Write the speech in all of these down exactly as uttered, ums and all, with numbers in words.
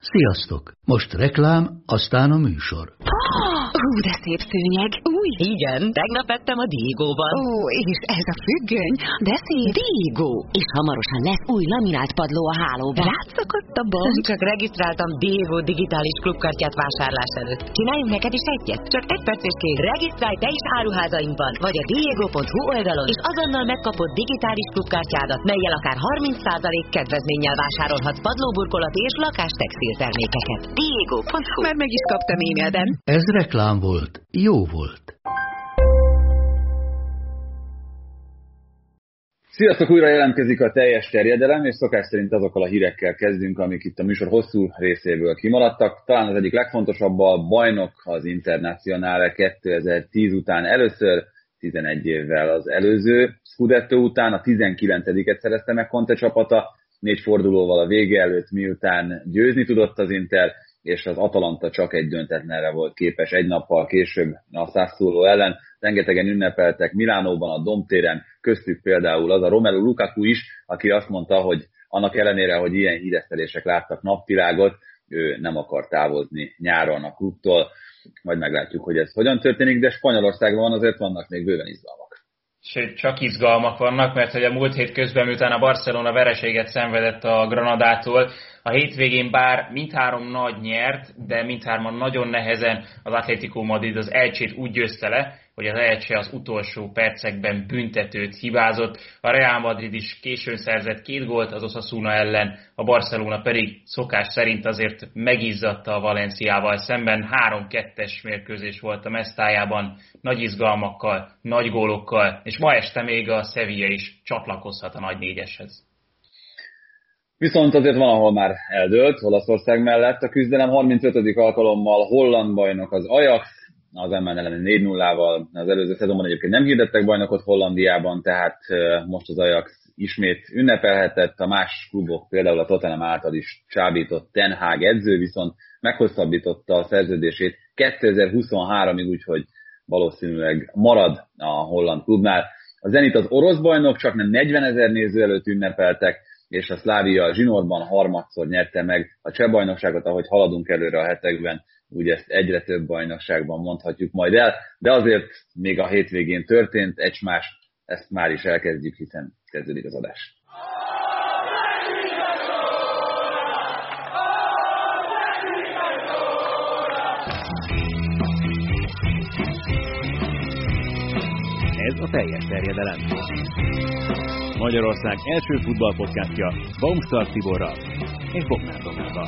Sziasztok! Most reklám, aztán a műsor. Hú, de szép szőnyeg. Új. Igen, tegnap ettem a Diegóban. Ó, és ez a függöny, de szép. Diegó. És hamarosan lesz új laminált padló a hálóban. Rátszakadt a bank. Csak regisztráltam Diegó digitális klubkártyát vásárlás előtt. Csináljunk neked is egyet? Csak egy percesként regisztrálj te is áruházainkban, vagy a diegó pont hu oldalon, és azonnal megkapod digitális klubkártyádat, mellyel akár harminc százalék kedvezménnyel vásárolhatsz padlóburkolati és lakástextil termékeket. diegó pont hu. Már meg is kaptam e-mailben. Ez reklám volt. Jó volt. Sziasztok, újra jelentkezik a teljes terjedelem, és szokás szerint azokkal a hírekkel kezdünk, amik itt a műsor hosszú részéből kimaradtak. Talán az egyik legfontosabb a bajnok az Internazionale kétezer-tíz után először, tizenegy évvel az előző Scudetto után, a tizenkilencediket szerezte meg Conte csapata, négy fordulóval a vége előtt, miután győzni tudott az Inter, és az Atalanta csak egy döntetlenre volt képes egy nappal később a Sassuolo ellen. Rengetegen ünnepeltek Milánóban, a Domtéren, köztük például az a Romelu Lukaku is, aki azt mondta, hogy annak ellenére, hogy ilyen híresztelések láttak napvilágot, ő nem akar távozni nyáron a klubtól. Majd meglátjuk, hogy ez hogyan történik, de Spanyolországban azért vannak még bőven izgalmak. Sőt, csak izgalmak vannak, mert hogy a múlt hét közben, miután a Barcelona vereséget szenvedett a Granadától, a hétvégén bár mindhárom nagy nyert, de mindhárman nagyon nehezen az Atlético Madrid az Elchét úgy győzte le, hogy az Elche az utolsó percekben büntetőt hibázott. A Real Madrid is későn szerzett két gólt az Osasuna ellen, a Barcelona pedig szokás szerint azért megizzadta a Valenciával szemben. három kettes mérkőzés volt a Mestájában, nagy izgalmakkal, nagy gólokkal, és ma este még a Sevilla is csatlakozhat a nagy négyeshez. Viszont azért van, ahol már eldőlt, Olaszország mellett a küzdelem. harmincötödik alkalommal holland bajnok az Ajax, az em en elleni négy nullával. Az előző szezonban egyébként nem hirdettek bajnokot Hollandiában, tehát most az Ajax ismét ünnepelhetett. A más klubok, például a Tottenham által is csábított Ten Hag edző, viszont meghosszabbította a szerződését kétezer-huszonháromig, úgyhogy valószínűleg marad a holland klubnál. A Zenit az orosz bajnok, csak nem negyvenezer néző előtt ünnepeltek, és a Slavia zsinórban harmadszor nyerte meg a cseh bajnokságot, ahogy haladunk előre a hetekben, úgy ezt egyre több bajnokságban mondhatjuk majd el, de azért még a hétvégén történt egy-más, ezt már is elkezdjük, hiszen kezdődik az adás. Ez a teljes terjedelem. Magyarország első futballpodcastja Baumstark Tiborral és Bognár Domával.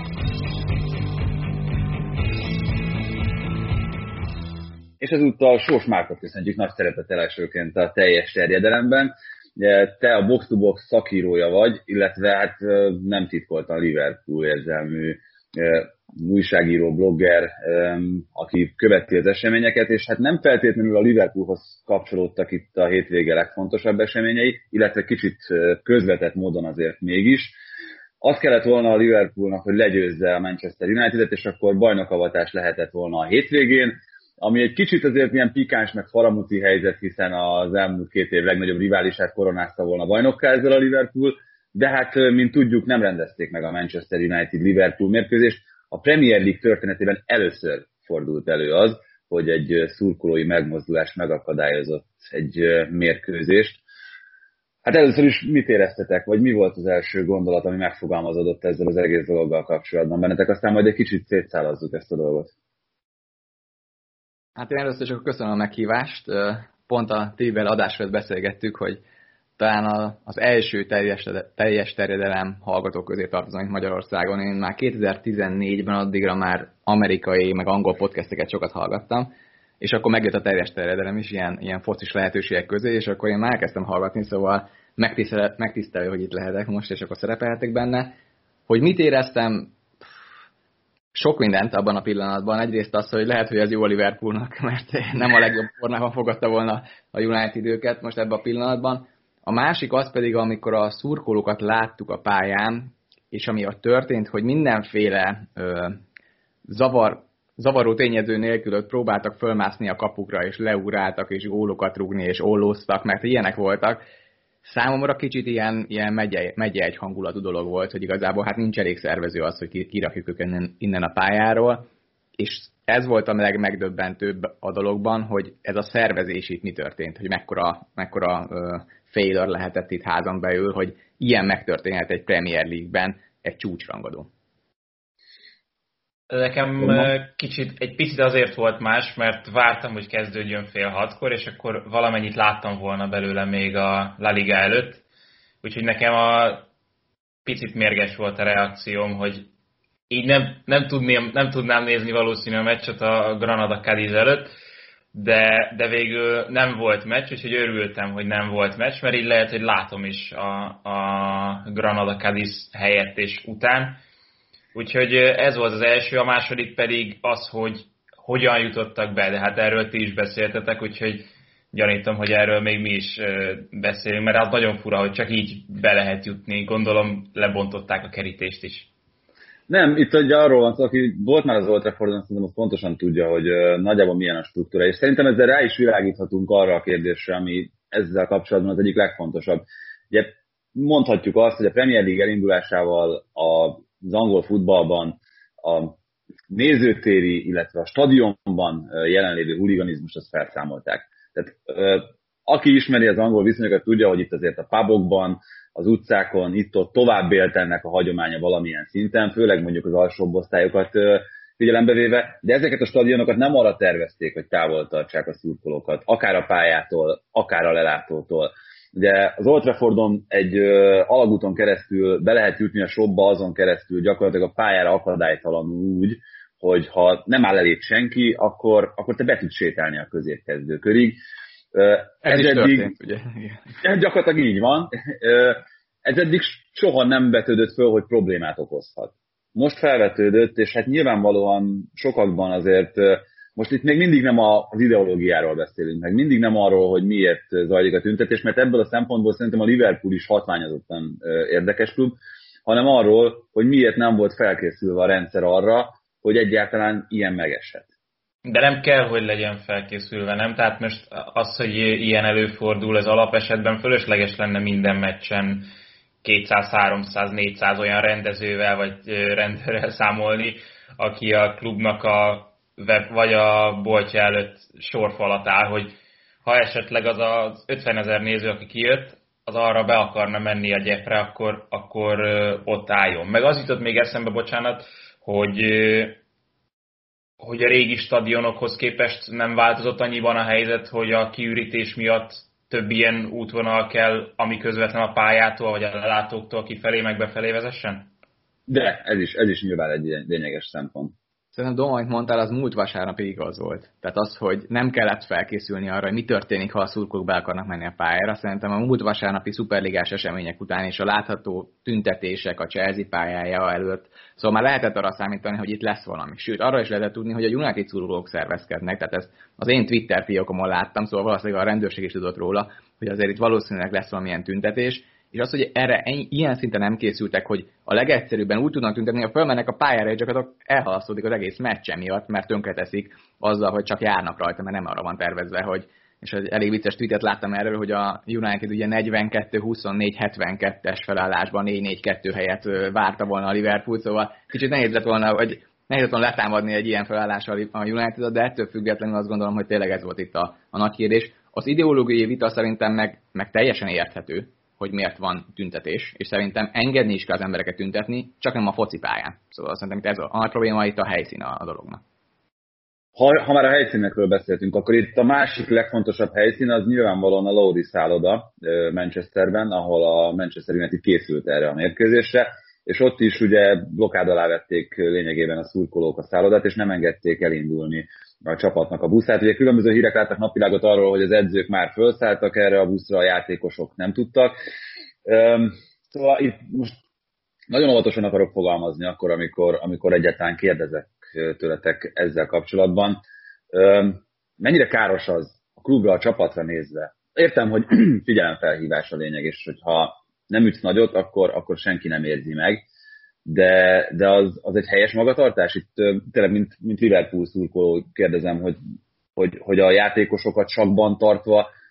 És ezúttal Sós Márkot köszöntjük nagy szeretettel elsőként a teljes terjedelemben. Te a Box to Box szakírója vagy, illetve hát nem titkoltan Liverpool érzelmű újságíró, blogger, aki követi az eseményeket, és hát nem feltétlenül a Liverpoolhoz kapcsolódtak itt a hétvége legfontosabb eseményei, illetve kicsit közvetett módon azért mégis. Azt kellett volna a Liverpoolnak, hogy legyőzze a Manchester United-et, és akkor bajnokavatás lehetett volna a hétvégén, ami egy kicsit azért ilyen pikáns, meg faramuci helyzet, hiszen az elmúlt két év legnagyobb riválisát koronázta volna bajnokká ezzel a Liverpool, de hát, mint tudjuk, nem rendezték meg a Manchester United-Liverpool mérkőzést. A Premier League történetében először fordult elő az, hogy egy szurkolói megmozdulás megakadályozott egy mérkőzést. Hát először is mit éreztetek, vagy mi volt az első gondolat, ami megfogalmazódott ezzel az egész dologgal kapcsolatban bennetek? Aztán majd egy kicsit szétszálazzuk ezt a dolgot. Hát én először csak köszönöm a meghívást. Pont a tévével adásról beszélgettük, hogy talán az első teljes, teljes terjedelem hallgatók közé tartozom itt Magyarországon. Én már kétezer-tizennégyben addigra már amerikai, meg angol podcasteket sokat hallgattam, és akkor megjött a teljes terjedelem is ilyen, ilyen focis lehetőségek közé, és akkor én már elkezdtem hallgatni, szóval megtisztelő, megtisztelő, hogy itt lehetek most, és akkor szerepelhetek benne. Hogy mit éreztem? Sok mindent abban a pillanatban. Egyrészt az, hogy lehet, hogy ez jó a Liverpoolnak, mert nem a legjobb formában fogadta volna a United őket most ebben a pillanatban. A másik az pedig, amikor a szurkolókat láttuk a pályán, és ami ott történt, hogy mindenféle ö, zavar, zavaró tényező nélkül ott próbáltak fölmászni a kapukra, és leugráltak, és gólokat rúgni, és ollóztak, mert ilyenek voltak. számomra kicsit ilyen, ilyen megye, megye egy hangulatú dolog volt, hogy igazából hát nincs elég szervező az, hogy kirakjuk őket innen, innen a pályáról, és ez volt a legmegdöbbentőbb a dologban, hogy ez a szervezés itt mi történt, hogy mekkora, mekkora uh, failure lehetett itt házon belül, hogy ilyen megtörténhet egy Premier League-ben egy csúcsrangadó. Nekem kicsit, egy picit azért volt más, mert vártam, hogy kezdődjön fél hatkor, és akkor valamennyit láttam volna belőle még a La Liga előtt. Úgyhogy nekem a picit mérges volt a reakcióm, hogy így nem, nem, tudném, nem tudnám nézni valószínű a meccset a Granada Cadiz előtt, de, de végül nem volt meccs, úgyhogy örültem, hogy nem volt meccs, mert így lehet, hogy látom is a, a Granada Cadiz helyett és után. Úgyhogy ez volt az első, a második pedig az, hogy hogyan jutottak be, de hát erről ti is beszéltetek, úgyhogy gyanítom, hogy erről még mi is beszélünk, mert az nagyon fura, hogy csak így be lehet jutni, gondolom lebontották a kerítést is. Nem, itt ugye arról van szó, aki volt már az Old Traffordon, szerintem pontosan tudja, hogy nagyjából milyen a struktúra, és szerintem ezzel rá is világíthatunk arra a kérdésre, ami ezzel kapcsolatban az egyik legfontosabb. Ugye mondhatjuk azt, hogy a Premier League elindulásával az angol futballban a nézőtéri, illetve a stadionban jelenlévő huliganizmust azt felszámolták. Tehát aki ismeri az angol viszonyokat, tudja, hogy itt azért a pubokban, az utcákon, itt-ott tovább élt ennek a hagyománya valamilyen szinten, főleg mondjuk az alsóbb osztályokat figyelembe véve, de ezeket a stadionokat nem arra tervezték, hogy távol tartsák a szurkolókat, akár a pályától, akár a lelátótól. Ugye az Old Traffordon egy ö, alagúton keresztül be lehet jutni a shopba, azon keresztül gyakorlatilag a pályára akadálytalanul úgy, hogy ha nem áll elég senki, akkor, akkor te be tudsz sétálni a középkezdőkörig. Ez, ez is eddig, történt, ugye? Ez gyakorlatilag így van. Ez eddig soha nem vetődött föl, hogy problémát okozhat. Most felvetődött, és hát nyilvánvalóan sokakban azért, most itt még mindig nem az ideológiáról beszélünk, meg mindig nem arról, hogy miért zajlik a tüntetés, mert ebből a szempontból szerintem a Liverpool is hatványozottan érdekes klub, hanem arról, hogy miért nem volt felkészülve a rendszer arra, hogy egyáltalán ilyen megeshet. De nem kell, hogy legyen felkészülve, nem? Tehát most az, hogy ilyen előfordul, ez alapesetben fölösleges lenne minden meccsen kétszáz, háromszáz, négyszáz olyan rendezővel vagy rendőrrel számolni, aki a klubnak a web vagy a boltja előtt sorfalat áll, hogy ha esetleg az az ötvenezer néző, aki kijött, az arra be akarna menni a gyepre, akkor, akkor ott álljon. Meg az jutott még eszembe, bocsánat, hogy hogy a régi stadionokhoz képest nem változott annyiban a helyzet, hogy a kiürítés miatt több ilyen útvonal kell, ami közvetlen a pályától, vagy a lelátóktól kifelé, meg befelé vezessen? De, ez is, ez is nyilván egy lényeges szempont. Szerintem Doma, amit mondtál, az múlt vasárnap igaz volt. Tehát az, hogy nem kellett felkészülni arra, hogy mi történik, ha a szurkolók be akarnak menni a pályára. Szerintem a múlt vasárnapi szuperligás események után és a látható tüntetések a Chelsea pályája előtt, szóval már lehetett arra számítani, hogy itt lesz valami. Sőt, arra is lehetett tudni, hogy a United szurkolók szervezkednek. Tehát ezt az én Twitter fiókomon láttam, szóval valószínűleg a rendőrség is tudott róla, hogy azért itt valószínűleg lesz valamilyen tüntetés. És az, hogy erre ilyen szinten nem készültek, hogy a legegyszerűbben úgy tudnak tüntetni, hogy fölmennek a pályára, és gyakorlatilag elhalasztódik az egész meccse miatt, mert tönkreteszik azzal, hogy csak járnak rajta, mert nem arra van tervezve, hogy... És egy elég vicces tweetet láttam erről, hogy a United ugye negyvenkettő huszonnégy hetvenkettes felállásban négy négy kettő helyett várta volna a Liverpool, szóval kicsit nehéz lett volna, hogy nehéz lett volna letámadni egy ilyen felállással a United-ot, de ettől függetlenül azt gondolom, hogy tényleg ez volt itt a, a nagy kérdés. Az ideológiai vita szerintem meg, meg teljesen érthető, hogy miért van tüntetés, és szerintem engedni is kell az embereket tüntetni, csak nem a focipályán. Szóval szerintem itt ez a, a nagy probléma, itt a helyszín a, a dolognak. Ha, ha már a helyszínekről beszéltünk, akkor itt a másik legfontosabb helyszín az nyilvánvalóan a Lowry szálloda Manchesterben, ahol a Manchester United készült erre a mérkőzésre, és ott is ugye blokkád alá vették lényegében a szurkolók a szállodát, és nem engedték elindulni a csapatnak a buszát. Ugye különböző hírek láttak napvilágot arról, hogy az edzők már felszálltak erre a buszra, a játékosok nem tudtak. Szóval itt most nagyon óvatosan akarok fogalmazni akkor, amikor, amikor egyáltalán kérdezek tőletek ezzel kapcsolatban. Mennyire káros az a klubra, a csapatra nézve? Értem, hogy figyelemfelhívás a lényeg, és hogyha nem ütsz nagyot, akkor, akkor senki nem érzi meg, de, de az, az egy helyes magatartás? Itt tényleg, mint, mint Liverpool szurkoló kérdezem, hogy, hogy, hogy a játékosokat sakban tartva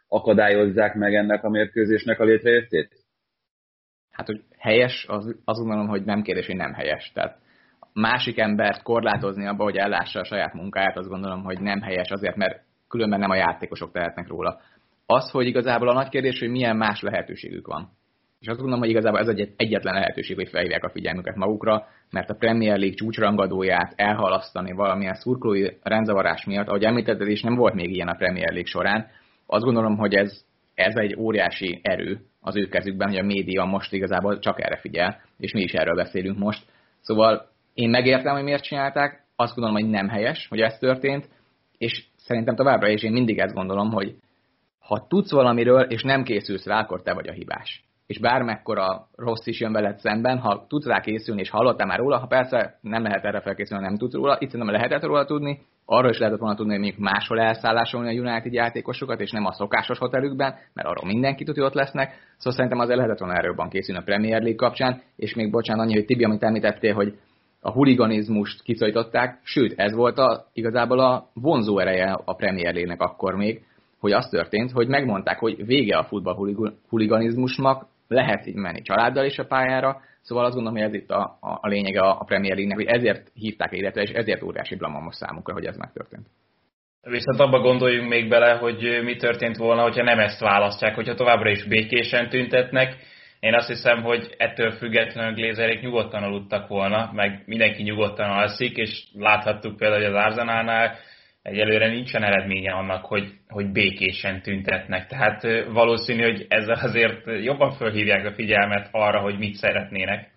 akadályozzák meg ennek a mérkőzésnek a létrejöttét? Hát, hogy helyes, az, azt gondolom, hogy nem kérdés, hogy nem helyes. Tehát másik embert korlátozni abba, hogy ellássa a saját munkáját, azt gondolom, hogy nem helyes azért, mert különben nem a játékosok tehetnek róla. Az, hogy igazából a nagy kérdés, hogy milyen más lehetőségük van. És azt gondolom, hogy igazából ez egy egyetlen lehetőség, hogy felhívják a figyelmüket magukra, mert a Premier League csúcsrangadóját elhalasztani valamilyen szurkolói rendzavarás miatt, ahogy említetted, és nem volt még ilyen a Premier League során, azt gondolom, hogy ez, ez egy óriási erő az ő kezükben, hogy a média most igazából csak erre figyel, és mi is erről beszélünk most. Szóval én megértem, hogy miért csinálták, azt gondolom, hogy nem helyes, hogy ez történt, és szerintem továbbra is én mindig ezt gondolom, hogy ha tudsz valamiről, és nem készülsz rá, akkor te vagy a hibás. És bármekkora rossz is jön veled szemben, ha tudsz rá készülni, és hallottál már róla, ha persze nem lehet erre felkészülni, nem tudsz róla, itt szerintem lehetett róla tudni, arról is lehetett volna tudni, hogy mondjuk máshol elszállásolni a United játékosokat, és nem a szokásos hotelükben, mert arról mindenki tudja, hogy ott lesznek. Szóval szerintem azért lehetett volna erről van készülni a Premier League kapcsán, és még bocsánat annyi, hogy Tibi, amit említettél, hogy a huliganizmust kiszorították, sőt, ez volt a, igazából a vonzó ereje a Premier League-nek akkor még, hogy az történt, hogy megmondták, hogy vége a futball huliganizmusnak, lehet így menni családdal is a pályára, szóval azt gondolom, hogy ez itt a, a, a lényege a Premier League-nek, hogy ezért hívták életre, és ezért óriási blamamos számukra, hogy ez megtörtént. Viszont abba gondoljunk még bele, hogy mi történt volna, hogyha nem ezt választják, hogyha továbbra is békésen tüntetnek. Én azt hiszem, hogy ettől függetlenül Glazerék nyugodtan aludtak volna, meg mindenki nyugodtan alszik, és láthattuk például, hogy az Arsenalnál egyelőre nincsen eredménye annak, hogy, hogy békésen tüntetnek. Tehát valószínű, hogy ezzel azért jobban fölhívják a figyelmet arra, hogy mit szeretnének.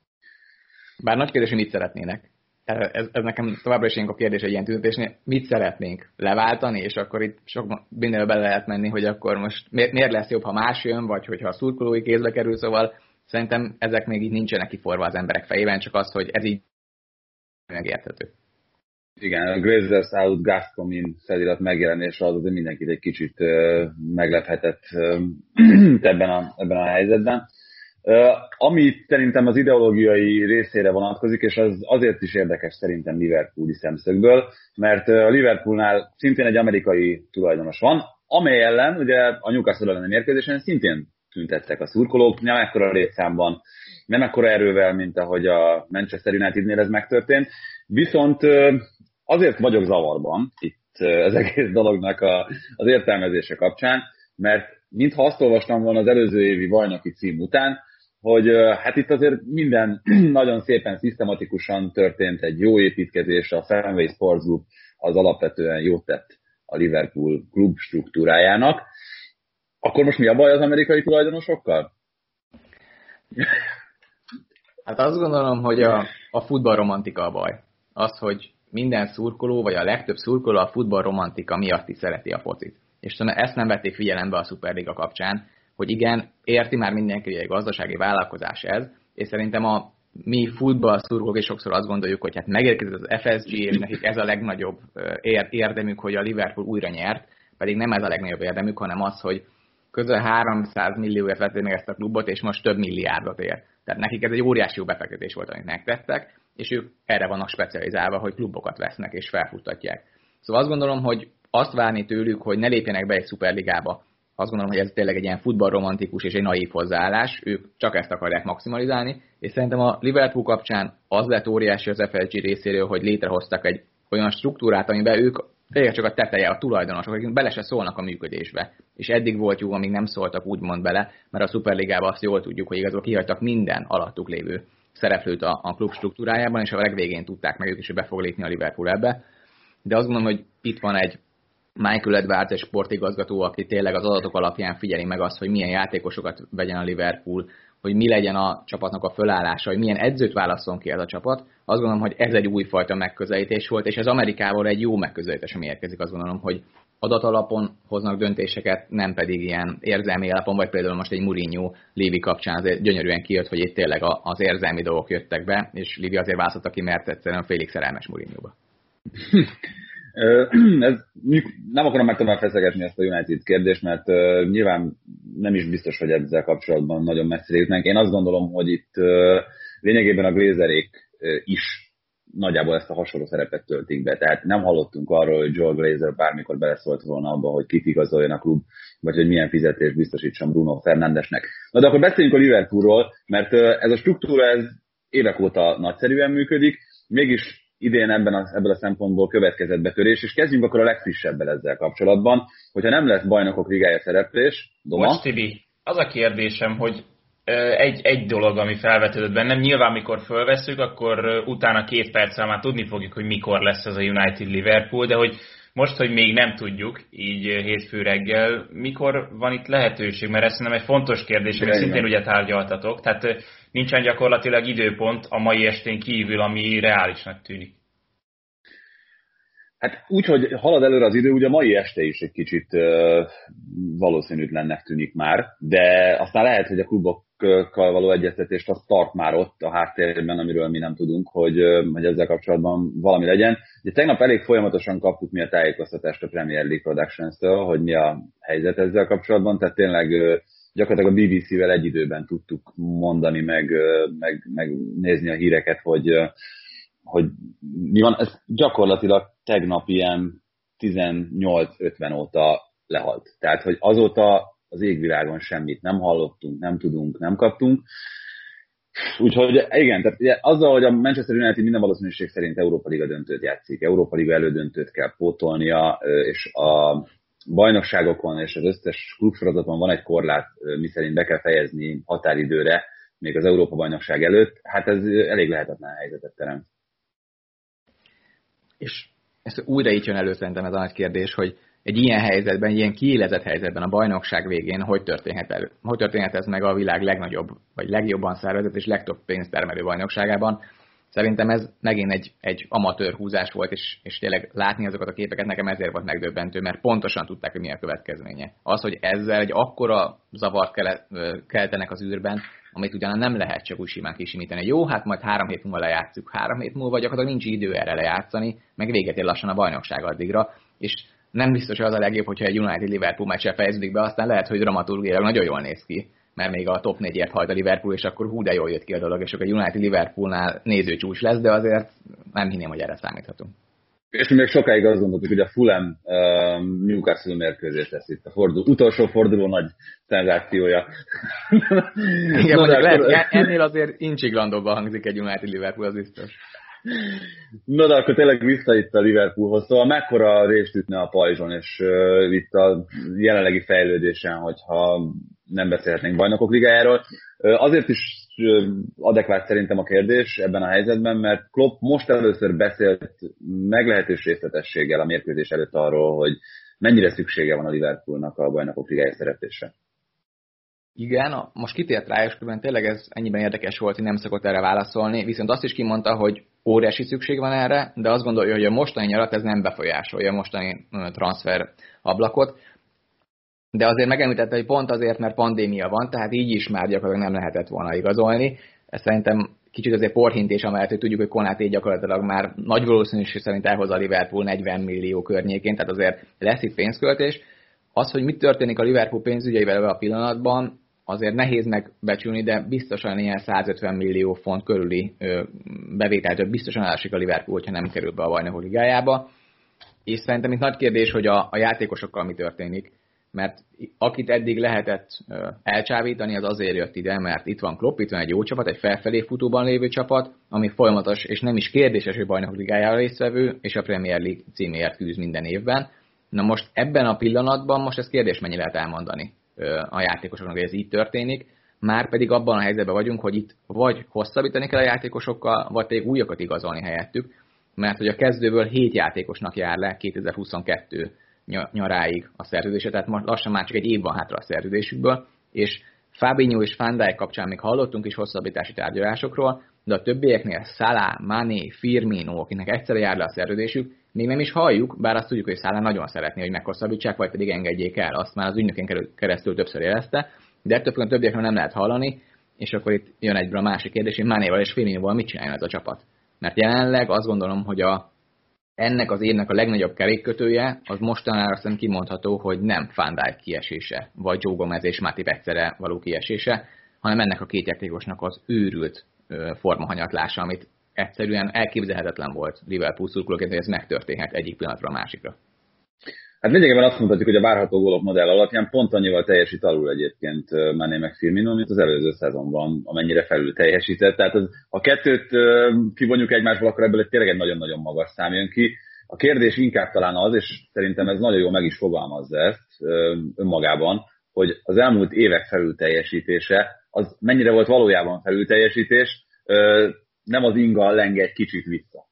Bár nagy kérdés, hogy mit szeretnének. Ez, ez nekem továbbra is a kérdés egy ilyen tüntetésnél. Mit szeretnénk? Leváltani? És akkor itt sok mindenbe bele lehet menni, hogy akkor most miért, miért lesz jobb, ha más jön, vagy hogyha a szurkolói kézbe kerül, szóval szerintem ezek még így nincsenek kiforva az emberek fejében, csak az, hogy ez így megérthető. Igen, a Glazers out Gascomin felirat megjelenése az, hogy mindenkit egy kicsit uh, meglephetett uh, ebben, a, ebben a helyzetben. Uh, ami szerintem az ideológiai részére vonatkozik, és az azért is érdekes szerintem Liverpooli szemszögből, mert a Liverpoolnál szintén egy amerikai tulajdonos van, amely ellen ugye a Newcastle elleni mérkőzésen szintén tüntettek a szurkolók, nem ekkora létszámban, nem ekkora erővel, mint ahogy a Manchester Unitednél ez megtörtént, viszont azért vagyok zavarban itt az egész dolognak a, az értelmezése kapcsán, mert mintha azt olvastam volna az előző évi bajnoki cím után, hogy hát itt azért minden nagyon szépen, szisztematikusan történt, egy jó építkezés, a Fenway Sports Group az alapvetően jót tett a Liverpool klub struktúrájának. Akkor most mi a baj az amerikai tulajdonosokkal? Hát azt gondolom, hogy a, a futballromantika a baj. Az, hogy minden szurkoló, vagy a legtöbb szurkoló a futballromantika miatt is szereti a focit. És ezt nem vették figyelembe a Superliga kapcsán, hogy igen, érti már mindenki, hogy egy gazdasági vállalkozás ez, és szerintem a mi futballszurkolók is sokszor azt gondoljuk, hogy hát megérkezett az ef es gé, és nekik ez a legnagyobb érdemük, hogy a Liverpool újra nyert, pedig nem ez a legnagyobb érdemük, hanem az, hogy közel háromszáz millióért vették meg ezt a klubot, és most több milliárdot ér. Tehát nekik ez egy óriási jó befektetés volt, amit megtettek, és ők erre vannak specializálva, hogy klubokat vesznek és felfuttatják. Szóval azt gondolom, hogy azt várni tőlük, hogy ne lépjenek be egy szuperligába, azt gondolom, hogy ez tényleg egy ilyen futballromantikus és egy naív hozzáállás, ők csak ezt akarják maximalizálni, és szerintem a Liverpool kapcsán az lett óriási az ef es gé részéről, hogy létrehoztak egy olyan struktúrát, amiben ők tényleg csak a teteje, a tulajdonosok, akik bele se szólnak a működésbe. És eddig volt jó, amíg nem szóltak úgymond bele, mert a Superligában azt jól tudjuk, hogy igazából kihagytak minden alattuk lévő szereplőt a, a klub struktúrájában, és a legvégén tudták meg ők is, hogy be fog lépni a Liverpool ebbe. De azt gondolom, hogy itt van egy Michael Edwards, egy sportigazgató, aki tényleg az adatok alapján figyeli meg azt, hogy milyen játékosokat vegyen a Liverpool, hogy mi legyen a csapatnak a fölállása, hogy milyen edzőt válasszon ki ez a csapat. Azt gondolom, hogy ez egy újfajta megközelítés volt, és ez Amerikából egy jó megközelítés, ami érkezik. Azt gondolom, hogy adatalapon hoznak döntéseket, nem pedig ilyen érzelmi alapon, vagy például most egy Mourinho Lévi kapcsán azért gyönyörűen kijött, hogy itt tényleg az érzelmi dolgok jöttek be, és Lévi azért választotta ki, mert egyszerűen félig szerelmes Mourinhoba. Ez, nem akarom meg tovább feszegetni ezt a United kérdést, mert uh, nyilván nem is biztos, hogy ezzel kapcsolatban nagyon messzire jutnánk. Én azt gondolom, hogy itt uh, lényegében a Glazerék uh, is nagyjából ezt a hasonló szerepet töltik be. Tehát nem hallottunk arról, hogy Joel Glazer bármikor beleszólt volna abba, hogy kit igazoljon a klub, vagy hogy milyen fizetést biztosítson Bruno Fernándesnek. Na de akkor beszéljünk a Liverpoolról, mert ez a struktúra ez évek óta nagyszerűen működik, mégis idén ebben a, ebből a szempontból következett betörés, és kezdjünk akkor a legfrissebbel ezzel kapcsolatban, hogyha nem lesz bajnokok ligája szereplés, Doma. Most Tibi, az a kérdésem, hogy egy, egy dolog, ami felvetődött bennem, nyilván mikor fölvesszük, akkor utána két perccel már tudni fogjuk, hogy mikor lesz ez a United Liverpool, de hogy most, hogy még nem tudjuk, így hétfő reggel, mikor van itt lehetőség, mert ez szerintem egy fontos kérdés, amit szintén ugye tárgyaltatok, tehát nincsen gyakorlatilag időpont a mai estén kívül, ami reálisnak tűnik. Hát úgy, hogy halad előre az idő, ugye a mai este is egy kicsit uh, valószínűtlennek tűnik már, de aztán lehet, hogy a klubokkal való egyeztetést azt tart már ott a háttérben, amiről mi nem tudunk, hogy, uh, hogy ezzel kapcsolatban valami legyen. Ugye tegnap elég folyamatosan kaptuk mi a tájékoztatást a Premier League Productions-től, hogy mi a helyzet ezzel kapcsolatban, tehát tényleg uh, gyakorlatilag a bé bé cé-vel egy időben tudtuk mondani, meg, uh, meg, meg nézni a híreket, hogy uh, hogy mi van, ez gyakorlatilag tegnap ilyen tizennyolc ötven óta lehalt. Tehát, hogy azóta az égvilágon semmit nem hallottunk, nem tudunk, nem kaptunk. Úgyhogy igen, tehát ugye, azzal, hogy a Manchester United minden valószínűség szerint Európa Liga döntőt játszik, Európa Liga elődöntőt kell pótolnia, és a bajnokságokon és az összes klubsorozaton van egy korlát, miszerint be kell fejezni határidőre, még az Európa bajnokság előtt, hát ez elég lehetetlen helyzetet teremt. És ez újra így jön elő szerintem ez a nagy kérdés, hogy egy ilyen helyzetben, egy ilyen kiélezett helyzetben a bajnokság végén hogy történhet, elő, hogy történhet ez meg a világ legnagyobb, vagy legjobban szervezett és legtöbb pénztermelő bajnokságában. Szerintem ez megint egy, egy amatőr húzás volt, és, és tényleg látni azokat a képeket nekem ezért volt megdöbbentő, mert pontosan tudták, hogy mi a következménye. Az, hogy ezzel egy akkora zavart keltenek az űrben, amit ugyan nem lehet csak úgy simán kisimítani. Jó, hát majd három hét múlva lejátszuk. Három hét múlva gyakorlatilag nincs idő erre lejátszani, meg véget ér lassan a bajnokság addigra, és nem biztos, hogy az a legjobb, hogyha egy United Liverpool meccsel fejeződik be, aztán lehet, hogy dramaturgiailag nagyon jól néz ki, mert még a top négyért hajt a Liverpool, és akkor hú, de jól jött ki a dolog, és akkor a United Liverpoolnál nézőcsúcs lesz, de azért nem hinném, hogy erre számíthatunk. És mi még sokáig azt gondoltuk, hogy a Fulham uh, Newcastle mérkőzés lesz itt a forduló, utolsó forduló nagy szenzációja. Igen, mondjuk akkor... lehet, ennél azért incsiglandóban hangzik egy United Liverpool, az biztos. No, de akkor tényleg vissza itt a Liverpoolhoz, szóval mekkora részt ütne a pajzson, és uh, itt a jelenlegi fejlődésen, hogyha nem beszélhetnénk bajnokok ligájáról. Uh, azért is uh, adekvát szerintem a kérdés ebben a helyzetben, mert Klopp most először beszélt meglehetős részletességgel a mérkőzés előtt arról, hogy mennyire szüksége van a Liverpoolnak a bajnokok ligája szereplésre. Igen, most kitért rá, és különben tényleg ez ennyiben érdekes volt, hogy nem szokott erre válaszolni, viszont azt is kimondta, hogy óriási szükség van erre, de azt gondolja, hogy a mostani nyarat ez nem befolyásolja a mostani transfer ablakot. De azért megemlítette, hogy pont azért, mert pandémia van, tehát így is már gyakorlatilag nem lehetett volna igazolni. Ez szerintem kicsit azért porhintés, amellett, hogy tudjuk, hogy Konaté gyakorlatilag már nagy valószínűség szerint elhoz a Liverpool negyven millió környékén, tehát azért lesz itt pénzköltés. Az, hogy mit történik a Liverpool pénzügyeivel a pillanatban, azért nehéz megbecsülni, de biztosan ilyen százötven millió font körüli bevételtől biztosan elesik a Liverpool, hogyha nem kerül be a bajnokok ligájába. És szerintem itt nagy kérdés, hogy a, a játékosokkal mi történik, mert akit eddig lehetett elcsábítani, az azért jött ide, mert itt van Klopp, itt van egy jó csapat, egy felfelé futóban lévő csapat, ami folyamatos és nem is kérdéses, hogy bajnokok ligájára résztvevő, és a Premier League címéért küzd minden évben. Na most ebben a pillanatban most ez kérdés, mennyi lehet elmondani a játékosoknak, hogy ez így történik, már pedig abban a helyzetben vagyunk, hogy itt vagy hosszabbítani kell a játékosokkal, vagy pedig újakat igazolni helyettük, mert hogy a kezdőből hét játékosnak jár le kétezer-huszonkettő nyaráig a szerződése, tehát most lassan már csak egy év van hátra a szerződésükből, és Fabinho és Van Dijk kapcsán még hallottunk is hosszabbítási tárgyalásokról, de a többieknél Salah, Mané, Firmino, akinek egyszerre jár le a szerződésük, még nem is halljuk, bár azt tudjuk, hogy Salah nagyon szeretné, hogy meghosszabbítsák, vagy pedig engedjék el, azt már az ügynökén keresztül többször jelezte, de ettől a többiekről nem lehet hallani, és akkor itt jön egyből a másik kérdés, hogy Manéval és Firminoval mit csináljon ez a csapat. Mert jelenleg azt gondolom, hogy a, ennek az évnek a legnagyobb kerékkötője, az mostanára szerintem kimondható, hogy nem Van Dijk kiesése, vagy Joe Gomez és Matip egyszerre való kiesése, hanem ennek a két játékosnak az őrült formahanyatlása, amit egyszerűen elképzelhetetlen volt Liverpool szurkolóként, hogy ez megtörténhet egyik pillanatra a másikra. Hát lényegében azt mondhatjuk, hogy a várható gólok modell alapján pont annyival teljesít alul egyébként Mané meg Firmino, mint az előző szezonban, amennyire felül teljesített. Tehát az, ha kettőt kivonjuk egymásból, akkor ebből egy tényleg egy nagyon-nagyon magas szám jön ki. A kérdés inkább talán az, és szerintem ez nagyon jól meg is fogalmazza ezt önmagában, hogy az elmúlt évek felülteljesítése, az mennyire volt valójában felülteljesítés, nem az inga lenge egy kicsit vissza.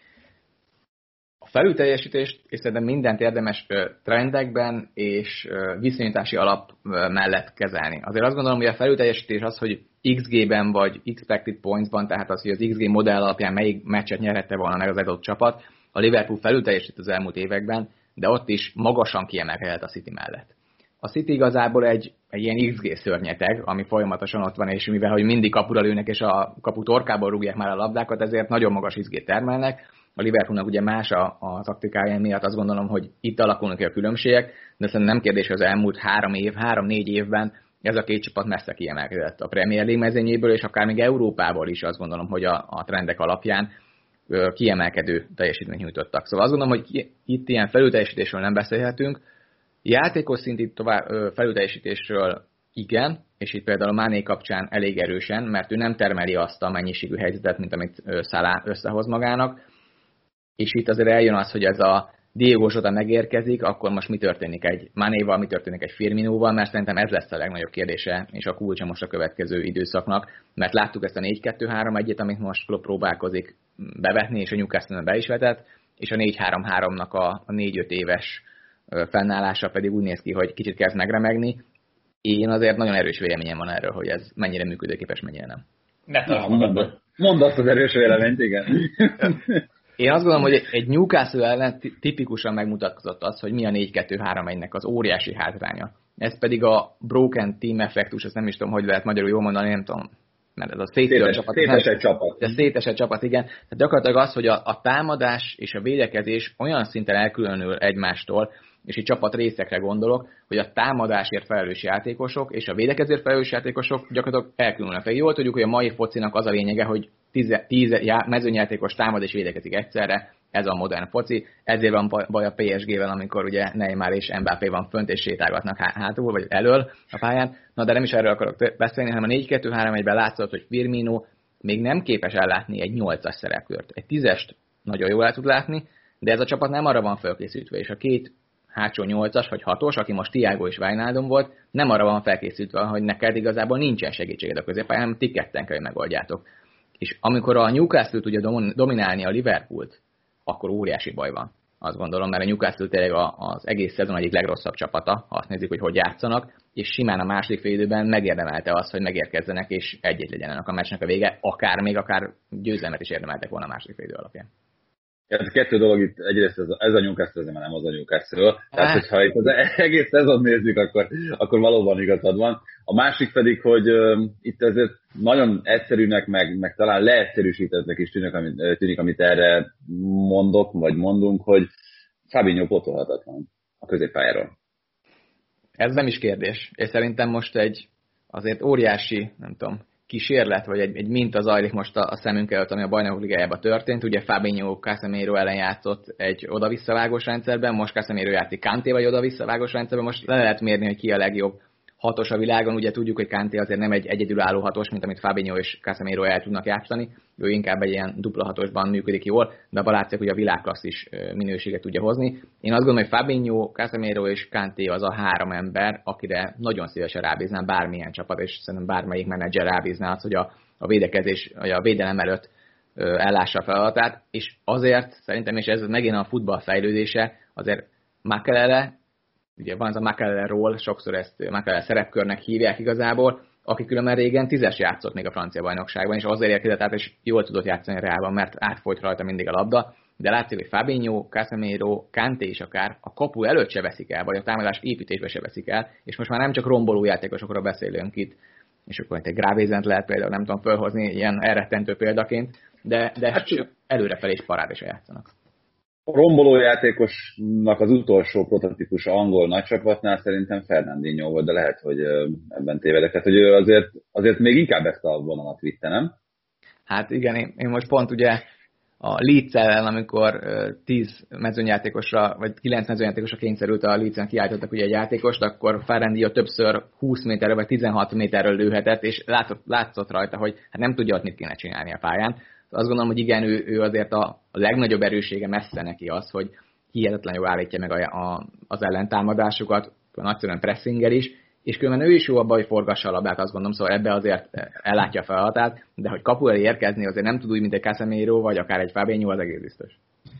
A felülteljesítést, és szerintem mindent érdemes trendekben és viszonyítási alap mellett kezelni. Azért azt gondolom, hogy a felülteljesítés az, hogy iksz gé-ben vagy expected pointsban, tehát az, hogy az iksz gé modell alapján melyik meccset nyerhette volna meg az adott csapat, a Liverpool felülteljesít az elmúlt években, de ott is magasan kiemelkedett a City mellett. A City igazából egy, egy ilyen iksz gé szörnyeteg, ami folyamatosan ott van, és mivel hogy mindig kapura lőnek, és a kapu torkából rúgják már a labdákat, ezért nagyon magas iksz gét termelnek. A Liverpoolnak ugye más a, a taktikája miatt, azt gondolom, hogy itt alakulnak ki a különbségek, de szerintem nem kérdés, hogy az elmúlt három év, három-négy évben ez a két csapat messze kiemelkedett a Premier League mezőnyéből, és akár még Európából is azt gondolom, hogy a, a trendek alapján kiemelkedő teljesítményt nyújtottak. Szóval azt gondolom, hogy itt ilyen felülteljesítésről nem beszélhetünk. Játékos szintű felülteljesítésről igen, és itt például a Mané kapcsán elég erősen, mert ő nem termeli azt a mennyiségű helyzetet, mint amit Salah összehoz magának. És itt azért eljön az, hogy ez a Diego Jota megérkezik, akkor most mi történik egy Manéval, mi történik egy Firminóval, mert szerintem ez lesz a legnagyobb kérdése, és a kulcsa most a következő időszaknak, mert láttuk ezt a négy kettő három egyet, amit most Klopp próbálkozik bevetni, és a Newcastle-ben be is vetett, és a négy három háromnak a négy-öt éves fennállása pedig úgy néz ki, hogy kicsit kezd megremegni. Én azért nagyon erős véleményem van erről, hogy ez mennyire működőképes, mennyire nem. Ne mondd, mondd azt az erős véleményt, igen. Én azt gondolom, hogy egy Newcastle ellen tipikusan megmutatkozott az, hogy mi a négy kettő három egynek az óriási hátránya. Ez pedig a broken team effektus, ezt nem is tudom, hogy lehet magyarul jól mondani, nem tudom, mert ez a szétszőr csapat. Szétesett csapat. Ez szétesett csapat, igen. Tehát gyakorlatilag az, hogy a, a támadás és a védekezés olyan szinten elkülönül egymástól, és egy csapat részekre gondolok, hogy a támadásért felelős játékosok és a védekezésért felelős játékosok gyakorlatilag elkülönülnek. Tehát jól tudjuk, hogy a mai focinak az a lényege, hogy tíz mezőnyjátékos támad és védekezik egyszerre, ez a modern foci, ezért van baj a pé es gé-vel, amikor ugye Neymar és Mbappé van fönt és sétálgatnak hátul, vagy elől a pályán. Na de nem is erről akarok beszélni, hanem a négy kettő három egyben látszott, hogy Firmino még nem képes ellátni egy nyolcas szerepkört. Egy tízest nagyon jól el tud látni, de ez a csapat nem arra van felkészítve, és a két hátsó nyolcas vagy hatos, aki most Thiago és Wijnaldum volt, nem arra van felkészítve, hogy neked igazából nincsen segítséged a középpályán, hanem ti ketten kell, hogy megoldjátok. És amikor a Newcastle tudja dominálni a Liverpoolt, akkor óriási baj van. Azt gondolom, mert a Newcastle tényleg az egész szezon egyik legrosszabb csapata, ha azt nézzük, hogy hogy játszanak, és simán a második fél időben megérdemelte azt, hogy megérkezzenek, és egy-egy legyenek a meccsnek a vége, akár még akár győzelmet is érdemeltek volna a második fél idő alapján. Ez a kettő dolog itt, egyrészt ez a, ez a Newcastle, ez nem az a Newcastle. Tehát, hogyha itt az egész szezon nézzük, akkor, akkor valóban igazad van. A másik pedig, hogy uh, itt ezért nagyon egyszerűnek, meg, meg talán leegyszerűsítettnek is tűnik amit, tűnik, amit erre mondok, vagy mondunk, hogy Fabinho pótolhatatlan a középpályáról. Ez nem is kérdés. És szerintem most egy azért óriási, nem tudom, kísérlet, vagy egy, egy minta zajlik most a, a szemünk előtt, ami a Bajnokok Ligájában történt. Ugye Fabinho Casemiro ellen játszott egy oda-visszavágós rendszerben, most Casemiro játszik Kantéval egy oda-visszavágós rendszerben, most le lehet mérni, hogy ki a legjobb hatos a világon. Ugye tudjuk, hogy Kanté azért nem egy egyedülálló hatos, mint amit Fabinho és Casemiro el tudnak játszani. Ő inkább egy ilyen dupla hatosban működik jól, de abban látszik, hogy a világklasszis minőséget tudja hozni. Én azt gondolom, hogy Fabinho, Casemiro és Kanté az a három ember, akire nagyon szívesen rábíznám bármilyen csapat, és szerintem bármelyik menedzser rábízná azt, hogy a, a védekezés, vagy a védelem előtt ellássa a feladatát, és azért szerintem, és ez megint a futball fejlődése, azért Makelele, ugye van az a Makelele-ról, sokszor ezt Makelele szerepkörnek hívják igazából, aki különben régen tízes játszott még a francia bajnokságban, és azért érkezett át, és jól tudott játszani a Reálban, mert átfolyt rajta mindig a labda, de látszik, hogy Fabinho, Casemiro, Kanté is akár a kapu előtt se veszik el, vagy a támadás építésbe se veszik el, és most már nem csak romboló játékosokról beszélünk itt, és akkor egy Gravésent lehet például, nem tudom felhozni ilyen elrettentő példaként, de, de hát előrefelé is parádésen játszanak. A rombolójátékosnak az utolsó prototípusa angol nagycsapatnál szerintem Fernandinho volt, de lehet, hogy ebben tévedek. Tehát, hogy ő azért, azért még inkább ezt a vonalat vitte, nem? Hát igen, én, én most pont ugye a Leeds ellen, amikor tíz mezőnyjátékosra, vagy kilenc mezőnyjátékosra kényszerült a Leedsen, kiállítottak ugye egy játékost, akkor Farendio többször húsz méterről vagy tizenhat méterről lőhetett, és látszott, látszott rajta, hogy hát nem tudja ott mit kéne csinálni a pályán. Azt gondolom, hogy igen, ő, ő azért a, a legnagyobb erősége messze neki az, hogy hihetetlen jól állítja meg a, a, az ellentámadásokat, nagyszerűen pressingel is, és különben ő is jó abban, hogy forgassa a labdát, azt gondolom, szóval ebbe azért ellátja a feladatát, de hogy kapu elé érkezni azért nem tud úgy, mint egy Casemiro, vagy akár egy Fabinho, az egész biztos.